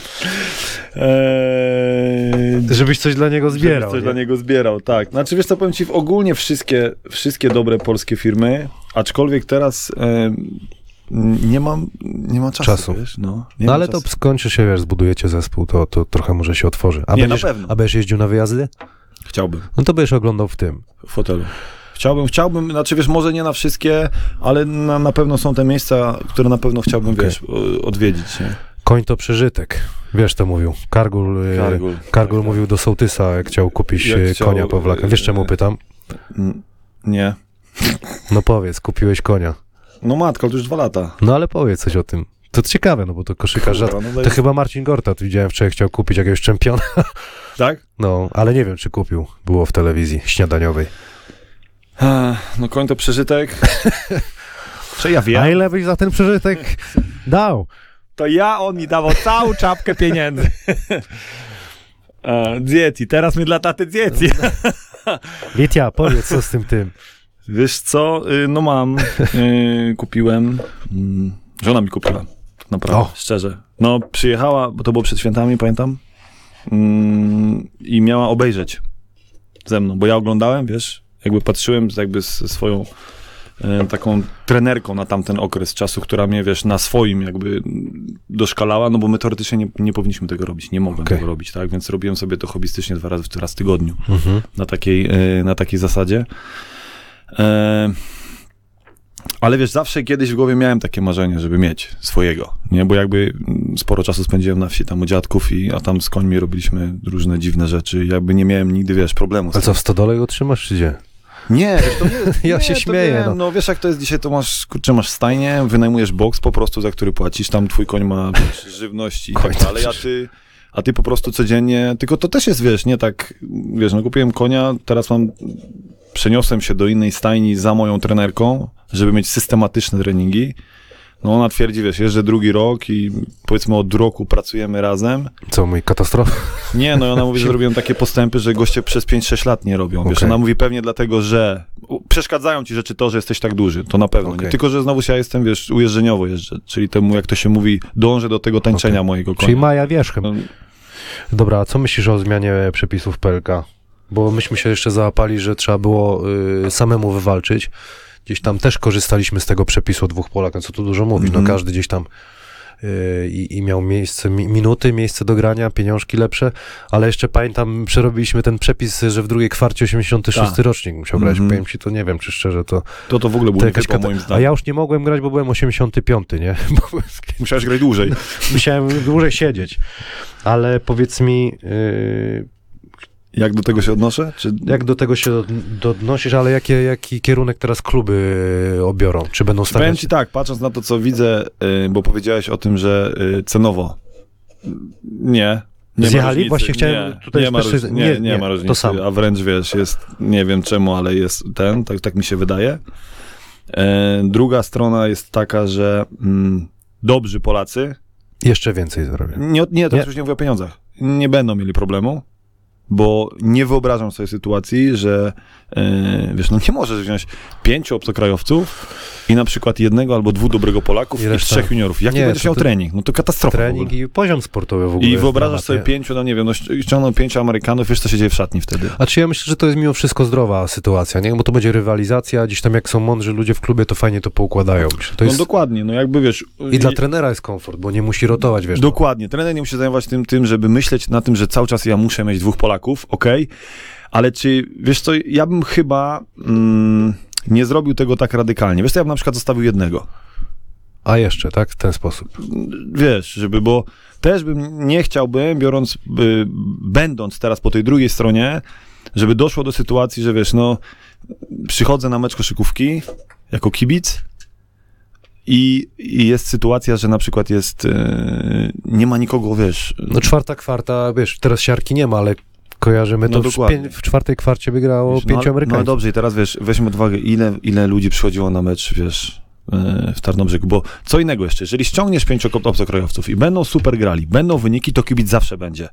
Eee, żebyś coś dla niego zbierał. Żebyś coś nie? dla niego zbierał, tak. Znaczy, wiesz co, powiem ci, ogólnie wszystkie, wszystkie dobre polskie firmy, aczkolwiek teraz e, nie mam, nie ma czasu, Czasu. wiesz, no. Nie No ma ale czasu. to skończy się, wiesz, zbudujecie zespół, to, to trochę może się otworzy. A Nie, na będziesz, pewno. A będziesz jeździł na wyjazdy? Chciałbym. No to będziesz oglądał w tym. W fotelu. Chciałbym, chciałbym, znaczy wiesz, może nie na wszystkie, ale na, na pewno są te miejsca, które na pewno chciałbym, Okej. wiesz, o- odwiedzić, nie? Koń to przeżytek. Wiesz, to mówił. Kargul, y, Kargul. Kargul Tak, mówił do sołtysa, jak chciał kupić Jak y, chciał, konia Pawlaka. Wiesz, czemu y, pytam? Mm, Nie. No powiedz, kupiłeś konia. No matka, to już dwa lata. No ale powiedz coś o tym. To ciekawe, no bo to koszykarz... Kurwa, rzad- no to To jest- chyba Marcin Gorta, tu widziałem wczoraj, chciał kupić jakiegoś czempiona. Tak? No, ale nie wiem, czy kupił. Było w telewizji śniadaniowej. Ech, No koń to przeżytek. Czy ja A ile byś za ten przeżytek dał? To ja, on mi dawał całą czapkę pieniędzy. E, dieti, teraz mi dla taty dieti. Witia, powiedz, co z tym tym. Wiesz co, y, no mam, y, kupiłem, mm, żona mi kupiła, naprawdę, O. szczerze. No przyjechała, bo to było przed świętami, pamiętam, mm, i miała obejrzeć ze mną, bo ja oglądałem, wiesz, jakby patrzyłem jakby ze swoją y, taką trenerką na tamten okres czasu, która mnie, wiesz, na swoim jakby doszkalała, no bo my teoretycznie nie, nie powinniśmy tego robić, nie mogłem Okej. tego robić, tak, więc robiłem sobie to hobbystycznie dwa razy, raz w tygodniu Mhm. na takiej, y, na takiej zasadzie. E, ale wiesz, zawsze kiedyś w głowie miałem takie marzenie, żeby mieć swojego, nie? Bo jakby mm, sporo czasu spędziłem na wsi, tam u dziadków, i, a tam z końmi robiliśmy różne dziwne rzeczy i jakby nie miałem nigdy, wiesz, problemu z Ale tym. co, w stodole go trzymasz, czy gdzie? Nie, wiesz, to nie, Ja nie, się to śmieję, Wiem, no. no wiesz, jak to jest dzisiaj, to masz, kurczę, masz stajnię, wynajmujesz boks po prostu, za który płacisz, tam twój koń ma, wiesz, żywność i Koń tak to dalej, a przecież- ty, a ty po prostu codziennie, tylko to też jest, wiesz, nie tak, wiesz, no kupiłem konia, teraz mam, przeniosłem się do innej stajni za moją trenerką, żeby mieć systematyczne treningi. No ona twierdzi, wiesz, jeżdżę drugi rok i powiedzmy od roku pracujemy razem. Co, mój katastrofa? Nie, no i ona mówi, że robią takie postępy, że goście przez pięć sześć lat nie robią. Wiesz, Okej. ona mówi pewnie dlatego, że u- przeszkadzają ci rzeczy to, że jesteś tak duży. To na pewno. Okej. Nie? Tylko, że znowu ja jestem, wiesz, ujeżdżeniowo jeżdżę. Czyli temu, jak to się mówi, dążę do tego tańczenia Okej. mojego konia. Czyli Maja wierzchem. No, Dobra, a co myślisz o zmianie przepisów P L K? Bo myśmy się jeszcze załapali, że trzeba było y, samemu wywalczyć. Gdzieś tam też korzystaliśmy z tego przepisu o dwóch Polakach, co tu dużo mówić. Mhm. No każdy gdzieś tam yy, i, i miał miejsce, mi, minuty, miejsce do grania, pieniążki lepsze, ale jeszcze pamiętam, przerobiliśmy ten przepis, że w drugiej kwarcie osiemdziesiąty szósty Ta. rocznik musiał grać. Mhm. Powiem ci, to nie wiem, czy szczerze to... To to w ogóle to był jakaś wypał, kata- moim A zdaniem. ja już nie mogłem grać, bo byłem osiemdziesiąty piąty, nie? Bo Musiałeś grać dłużej. musiałem dłużej siedzieć. Ale powiedz mi... Yy, Jak do tego się odnoszę? Czy... Jak do tego się od- odnosisz, ale jakie, jaki kierunek teraz kluby y, obiorą? Czy będą Powiem stawiać... ci tak, patrząc na to, co widzę, y, bo powiedziałeś o tym, że y, cenowo. Nie. Nie Zjechali? ma różnicy. Właśnie chciałem nie, tutaj nie, ma też- różnicy. nie, nie, nie, nie, ma to różnicy. samo. A wręcz wiesz, jest, nie wiem czemu, ale jest ten, tak, tak mi się wydaje. E, druga strona jest taka, że mm, dobrzy Polacy, Jeszcze więcej zrobię. nie, nie, to Nie. już nie mówię o pieniądzach, nie będą mieli problemu, bo nie wyobrażam sobie sytuacji, że e, wiesz, no nie możesz wziąć pięciu obcokrajowców i na przykład jednego albo dwóch dobrego Polaków I i, reszta- trzech juniorów. Jaki Nie, będziesz to miał to- trening? No to katastrofa w Trening ogóle. i poziom sportowy w ogóle. I jest wyobrażasz dramat, sobie nie? pięciu, no nie wiem, no ściągną pięciu Amerykanów, wiesz co się dzieje w szatni wtedy. A czy ja myślę, że to jest mimo wszystko zdrowa sytuacja, nie? Bo to będzie rywalizacja, gdzieś tam jak są mądrzy ludzie w klubie, to fajnie to poukładają. Myślę, to No jest... dokładnie, no jakby wiesz... I dla trenera jest komfort, bo nie musi rotować, wiesz. Dokładnie. Trener nie musi zajmować tym, tym, żeby myśleć na tym, że cały czas ja muszę mieć dwóch Polaków, okej, ale czy, wiesz co, ja bym chyba mm, nie zrobił tego tak radykalnie. Wiesz co, ja bym na przykład zostawił jednego. A jeszcze, tak? W ten sposób. Wiesz, żeby, bo też bym nie chciałbym, biorąc, y, będąc teraz po tej drugiej stronie, żeby doszło do sytuacji, że wiesz, no, przychodzę na mecz koszykówki jako kibic i, i jest sytuacja, że na przykład jest, y, nie ma nikogo, wiesz... No czwarta kwarta, wiesz, teraz siarki nie ma, ale kojarzymy No to w, dokładnie. pię- w czwartej kwarcie wygrało Wiesz, pięciu no, Amerykanów. No dobrze, i teraz wiesz, weźmy pod uwagę, ile, ile ludzi przychodziło na mecz, wiesz, yy, w Tarnobrzegu, bo co innego jeszcze, jeżeli ściągniesz pięciu obcokrajowców i będą super grali, będą wyniki, to kibic zawsze będzie.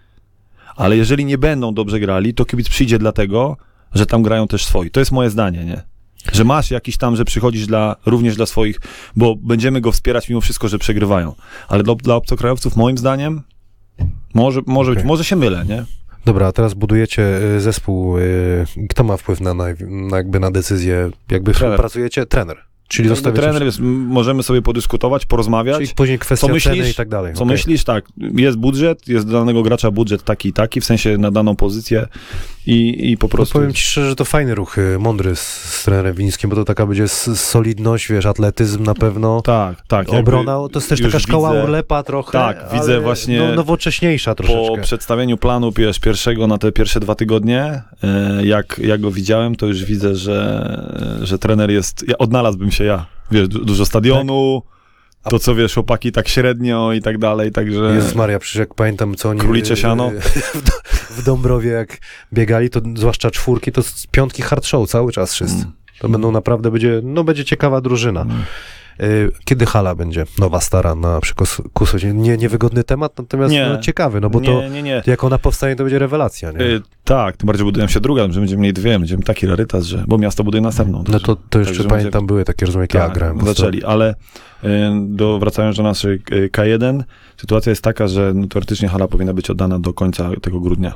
Ale jeżeli nie będą dobrze grali, to kibic przyjdzie dlatego, że tam grają też swoi. To jest moje zdanie, nie? Że masz jakiś tam, że przychodzisz dla, również dla swoich, bo będziemy go wspierać mimo wszystko, że przegrywają. Ale dla, dla obcokrajowców, moim zdaniem, może, może, Okej. być, może się mylę, nie? Dobra, a teraz budujecie y, zespół. Y, kto ma wpływ na, na, na, jakby na decyzję? Jakby Trener. współpracujecie? Trener. Czyli Jakby zostawiacie... trener, jest, m- możemy sobie podyskutować, porozmawiać. Czyli później kwestia Co myślisz? ceny i tak dalej. Co Okej. myślisz? Tak, jest budżet, jest dla danego gracza budżet taki i taki, w sensie na daną pozycję i, i po No prostu... powiem ci szczerze, że to fajny ruch, y, mądry z, z trenerem Winickim, bo to taka będzie s- solidność, wiesz, atletyzm na pewno. Tak, tak. jakby Obrona, to jest też już taka szkoła widzę Urlepa trochę, Tak, ale widzę właśnie no, nowocześniejsza Po troszeczkę. przedstawieniu planu wiesz, pierwszego na te pierwsze dwa tygodnie, e, jak, jak go widziałem, to już widzę, że, że trener jest... Ja, odnalazłbym się ja. Wiesz, du- dużo stadionu, Tak. to co wiesz, chłopaki tak średnio i tak dalej, także... Jezus Maria, przecież jak pamiętam, co oni... Królicze siano. W, Do- w Dąbrowie jak biegali, to zwłaszcza czwórki, to z piątki hard show cały czas wszyscy. Mm. To będą naprawdę, będzie, no będzie ciekawa drużyna. Mm. Y, Kiedy hala będzie? Nowa, stara na Kusocie. Nie, niewygodny temat, natomiast Nie. no, ciekawy, no bo nie, to nie, nie. jak ona powstanie, to będzie rewelacja, nie? Y, tak, tym bardziej budują się druga, że będziemy mieli dwie, będziemy taki rarytas, że, bo miasto buduje następną. No także- to, to jeszcze także pamiętam, były takie rozmowy, jak ja tak, grałem. po prostu. zaczęli, ale y, do, wracając do naszej y, K jeden, sytuacja jest taka, że no, teoretycznie hala powinna być oddana do końca tego grudnia.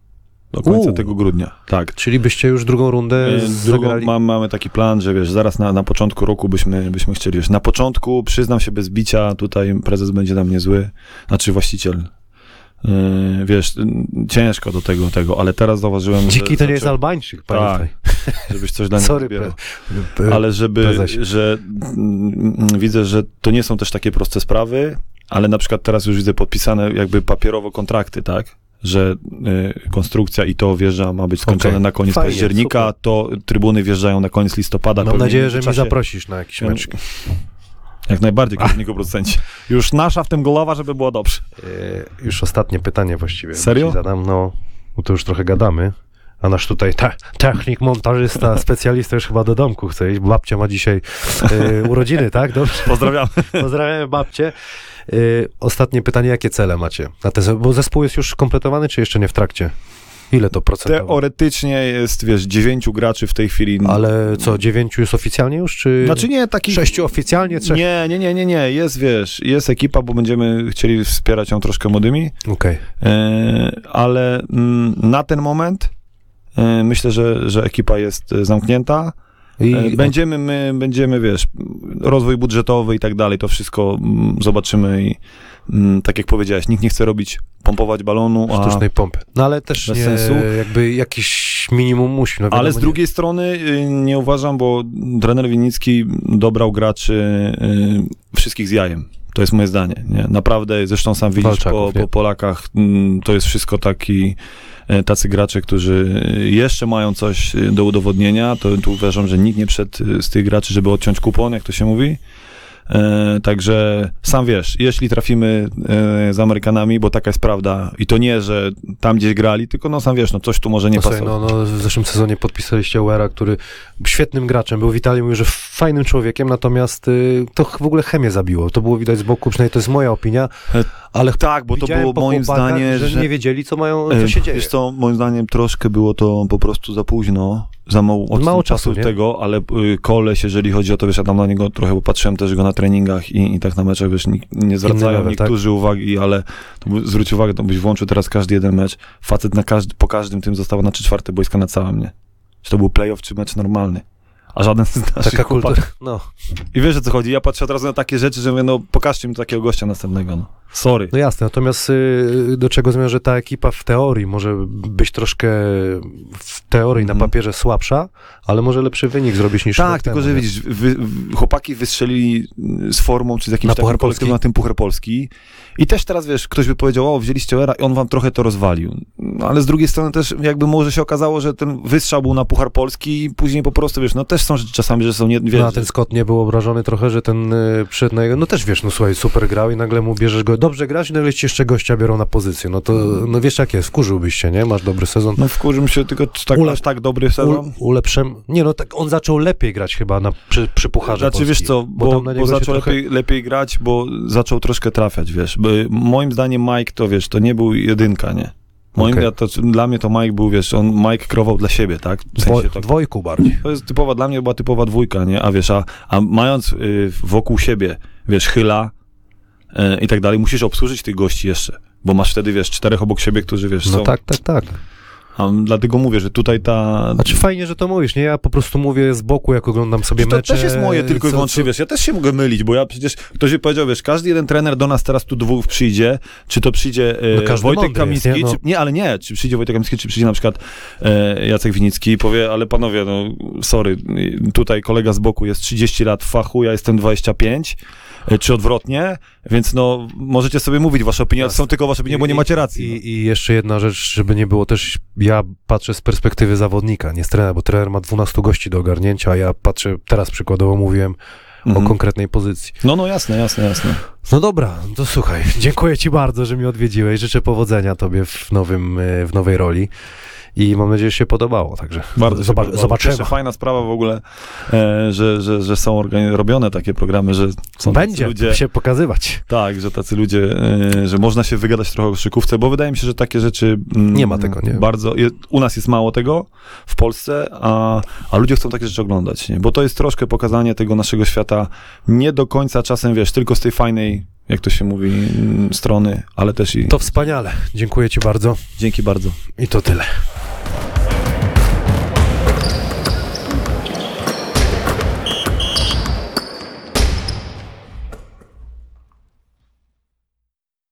Do końca U. tego grudnia, tak. Czyli byście już drugą rundę Y, Drugą, zagrali? mam, mamy taki plan, że wiesz, zaraz na, na początku roku byśmy, byśmy chcieli, wiesz, na początku, przyznam się bez bicia, tutaj prezes będzie na mnie zły, znaczy właściciel. Yy, wiesz, y, ciężko do tego, tego, ale teraz zauważyłem, Dziki że to nie jest zaczę- Albańczyk, pamiętaj. żebyś coś dla niego Sorry, zbierał. pre- Ale żeby, prezesie. że mm, widzę, że to nie są też takie proste sprawy, ale na przykład teraz już widzę podpisane jakby papierowo kontrakty, tak? Że y, konstrukcja i to wjeżdża, ma być skończone Okej. na koniec Fajnie, października, super. to trybuny wjeżdżają na koniec listopada. Mam pewnie nadzieję, w że mnie czasie- zaprosisz na jakiś mecz. Jak najbardziej, kierowniku producenci. Już nasza w tym głowa, żeby było dobrze. E, Już ostatnie pytanie właściwie. Serio? ci Zadam, no, bo to już trochę gadamy. A nasz tutaj te, technik, montażysta, specjalista już chyba do domku chce iść, bo babcia ma dzisiaj e, urodziny, tak? Dobrze? Pozdrawiam. Pozdrawiamy babcię. E, ostatnie pytanie, jakie cele macie? Na te, bo zespół jest już kompletowany, czy jeszcze nie w trakcie? Ile to procentowo? Teoretycznie jest, wiesz, dziewięciu graczy w tej chwili. Ale co, dziewięciu jest oficjalnie już, czy Znaczy nie, takich... sześciu oficjalnie, trzech? Nie, nie, nie, nie, nie. Jest, wiesz, jest ekipa, bo będziemy chcieli wspierać ją troszkę młodymi, Okej. e, ale mm, na ten moment e, myślę, że, że ekipa jest e, zamknięta. I Będziemy, my, będziemy, wiesz, rozwój budżetowy i tak dalej, to wszystko mm, zobaczymy i mm, tak jak powiedziałeś, nikt nie chce robić, pompować balonu, a... sztucznej pompy. No ale też Bez nie, sensu. jakby jakiś minimum musi. No, Ale wiadomo, z drugiej strony y, nie uważam, bo trener Winnicki dobrał graczy y, wszystkich z jajem. To jest moje zdanie. Nie? Naprawdę, zresztą sam widzisz Walczaków, po, nie? po Polakach, mm, to jest wszystko taki, e, tacy gracze, którzy jeszcze mają coś e, do udowodnienia. To tu uważam, że nikt nie wszedł e, z tych graczy, żeby odciąć kupon, jak to się mówi. E, także sam wiesz, jeśli trafimy e, z Amerykanami, bo taka jest prawda, i to nie, że tam gdzieś grali, tylko no sam wiesz, no coś tu może nie no, słuchaj, pasować. no, no, w zeszłym sezonie podpisaliście Uera, który świetnym graczem był. Witali mówił, że fajnym człowiekiem, natomiast y, to w ogóle chemię zabiło. To było widać z boku, przynajmniej to jest moja opinia, ale Tak, bo to widziałem było po moim chłopakach, zdaniem, że, że nie wiedzieli, co mają, E, co się dzieje. Wiesz co, moim zdaniem troszkę było to po prostu za późno, za mało, Mało czasu czasu, nie? tego, ale y, koleś, jeżeli chodzi o to, wiesz, ja tam na niego trochę popatrzyłem też go na treningach i, i tak na meczach, wiesz, nie, nie zwracają level, niektórzy uwagi, ale to, by- zwróć uwagę, to byś włączył teraz każdy jeden mecz, facet na każdy, po każdym tym został na trzy czwarte boiska na całym, nie? Czy to był playoff, czy mecz normalny? A żaden z naszych Taka kultura. chłopaków. No. I wiesz, o co chodzi? Ja patrzę od razu na takie rzeczy, że mówię, no pokażcie mi takiego gościa następnego, no. Sorry. No jasne, natomiast y, do czego zmierza, że ta ekipa w teorii może być troszkę w teorii Mhm. na papierze słabsza, ale może lepszy wynik zrobić niż Tak, rok tylko temu, że nie? widzisz, wy, w- chłopaki wystrzelili z formą, czy z jakimś Na takim Puchar kolektyw Polski. na tym Puchar Polski. I też teraz, wiesz, ktoś by powiedział, o, wzięliście Oera i on wam trochę to rozwalił. No, ale z drugiej strony też jakby może się okazało, że ten wystrzał był na Puchar Polski i później po prostu, wiesz, no też są rzeczy czasami, że są nie, wiesz, No a ten Scott nie był obrażony trochę, że ten y, przyszedł na jego, no też wiesz, no słuchaj, super grał i nagle mu bierzesz go, dobrze grasz i nagle ci jeszcze gościa biorą na pozycję, no to, no wiesz jak jest, wkurzyłbyś się, nie? Masz dobry sezon. no wkurzym się, tylko czy tak, Ule- aż tak dobry sezon. U, ulepszem, nie no, tak on zaczął lepiej grać chyba na, przy, przy Pucharze Znaczy, Polski, wiesz co, bo, tam na bo niego się zaczął trochę- lepiej, lepiej grać, bo zaczął troszkę trafiać, wiesz. Bo moim zdaniem Mike to, wiesz, to nie był jedynka, nie? Moim Okej. okay. to, dla mnie to Mike był, wiesz, on Mike kreował dla siebie, tak? W Dwo, sensie tak. dwojku bardziej. To jest typowa, dla mnie była typowa dwójka, nie? A wiesz, a, a mając y, wokół siebie, wiesz, Chyla y, i tak dalej, musisz obsłużyć tych gości jeszcze, bo masz wtedy, wiesz, czterech obok siebie, którzy, wiesz, No są. tak, tak, tak. A dlatego mówię, że tutaj ta... Znaczy fajnie, że to mówisz, nie? Ja po prostu mówię z boku, jak oglądam sobie to mecze. też jest moje tylko i co- wyłącznie, co- wiesz, ja też się mogę mylić, bo ja przecież, ktoś by powiedział, wiesz, każdy jeden trener do nas teraz tu dwóch przyjdzie, czy to przyjdzie e, No każdy Wojtek mądry Kamiński, jest, nie? No. czy, nie, ale nie, czy przyjdzie Wojtek Kamiński, czy przyjdzie na przykład e, Jacek Winnicki i powie, ale panowie, no sorry, tutaj kolega z boku jest trzydzieści lat w fachu, ja jestem dwadzieścia pięć, e, czy odwrotnie, więc no możecie sobie mówić wasze opinie, ale są tylko wasze opinie, bo nie macie racji. I, I jeszcze jedna rzecz, żeby nie było też, ja patrzę z perspektywy zawodnika, nie z trenera, bo trener ma dwunastu gości do ogarnięcia, a ja patrzę, teraz przykładowo mówiłem Mhm. o konkretnej pozycji. No, no jasne, jasne, jasne. No dobra, to słuchaj, dziękuję ci bardzo, że mnie odwiedziłeś, życzę powodzenia tobie w nowym, e, w nowej roli i mam nadzieję, że się podobało, także Bardzo się zoba- podobało. zobaczymy. Jeszcze fajna sprawa w ogóle, e, że, że, że są organi- robione takie programy, że są tacy Będzie ludzie... się pokazywać. Tak, że tacy ludzie, e, że można się wygadać trochę o koszykówce, bo wydaje mi się, że takie rzeczy... mm, Nie ma tego, nie? Bardzo, je, u nas jest mało tego w Polsce, a, a ludzie chcą takie rzeczy oglądać, nie? Bo to jest troszkę pokazanie tego naszego świata, nie do końca czasem, wiesz, tylko z tej fajnej, jak to się mówi, mm, strony, ale też i... To wspaniale, dziękuję ci bardzo Dzięki bardzo. i to tyle.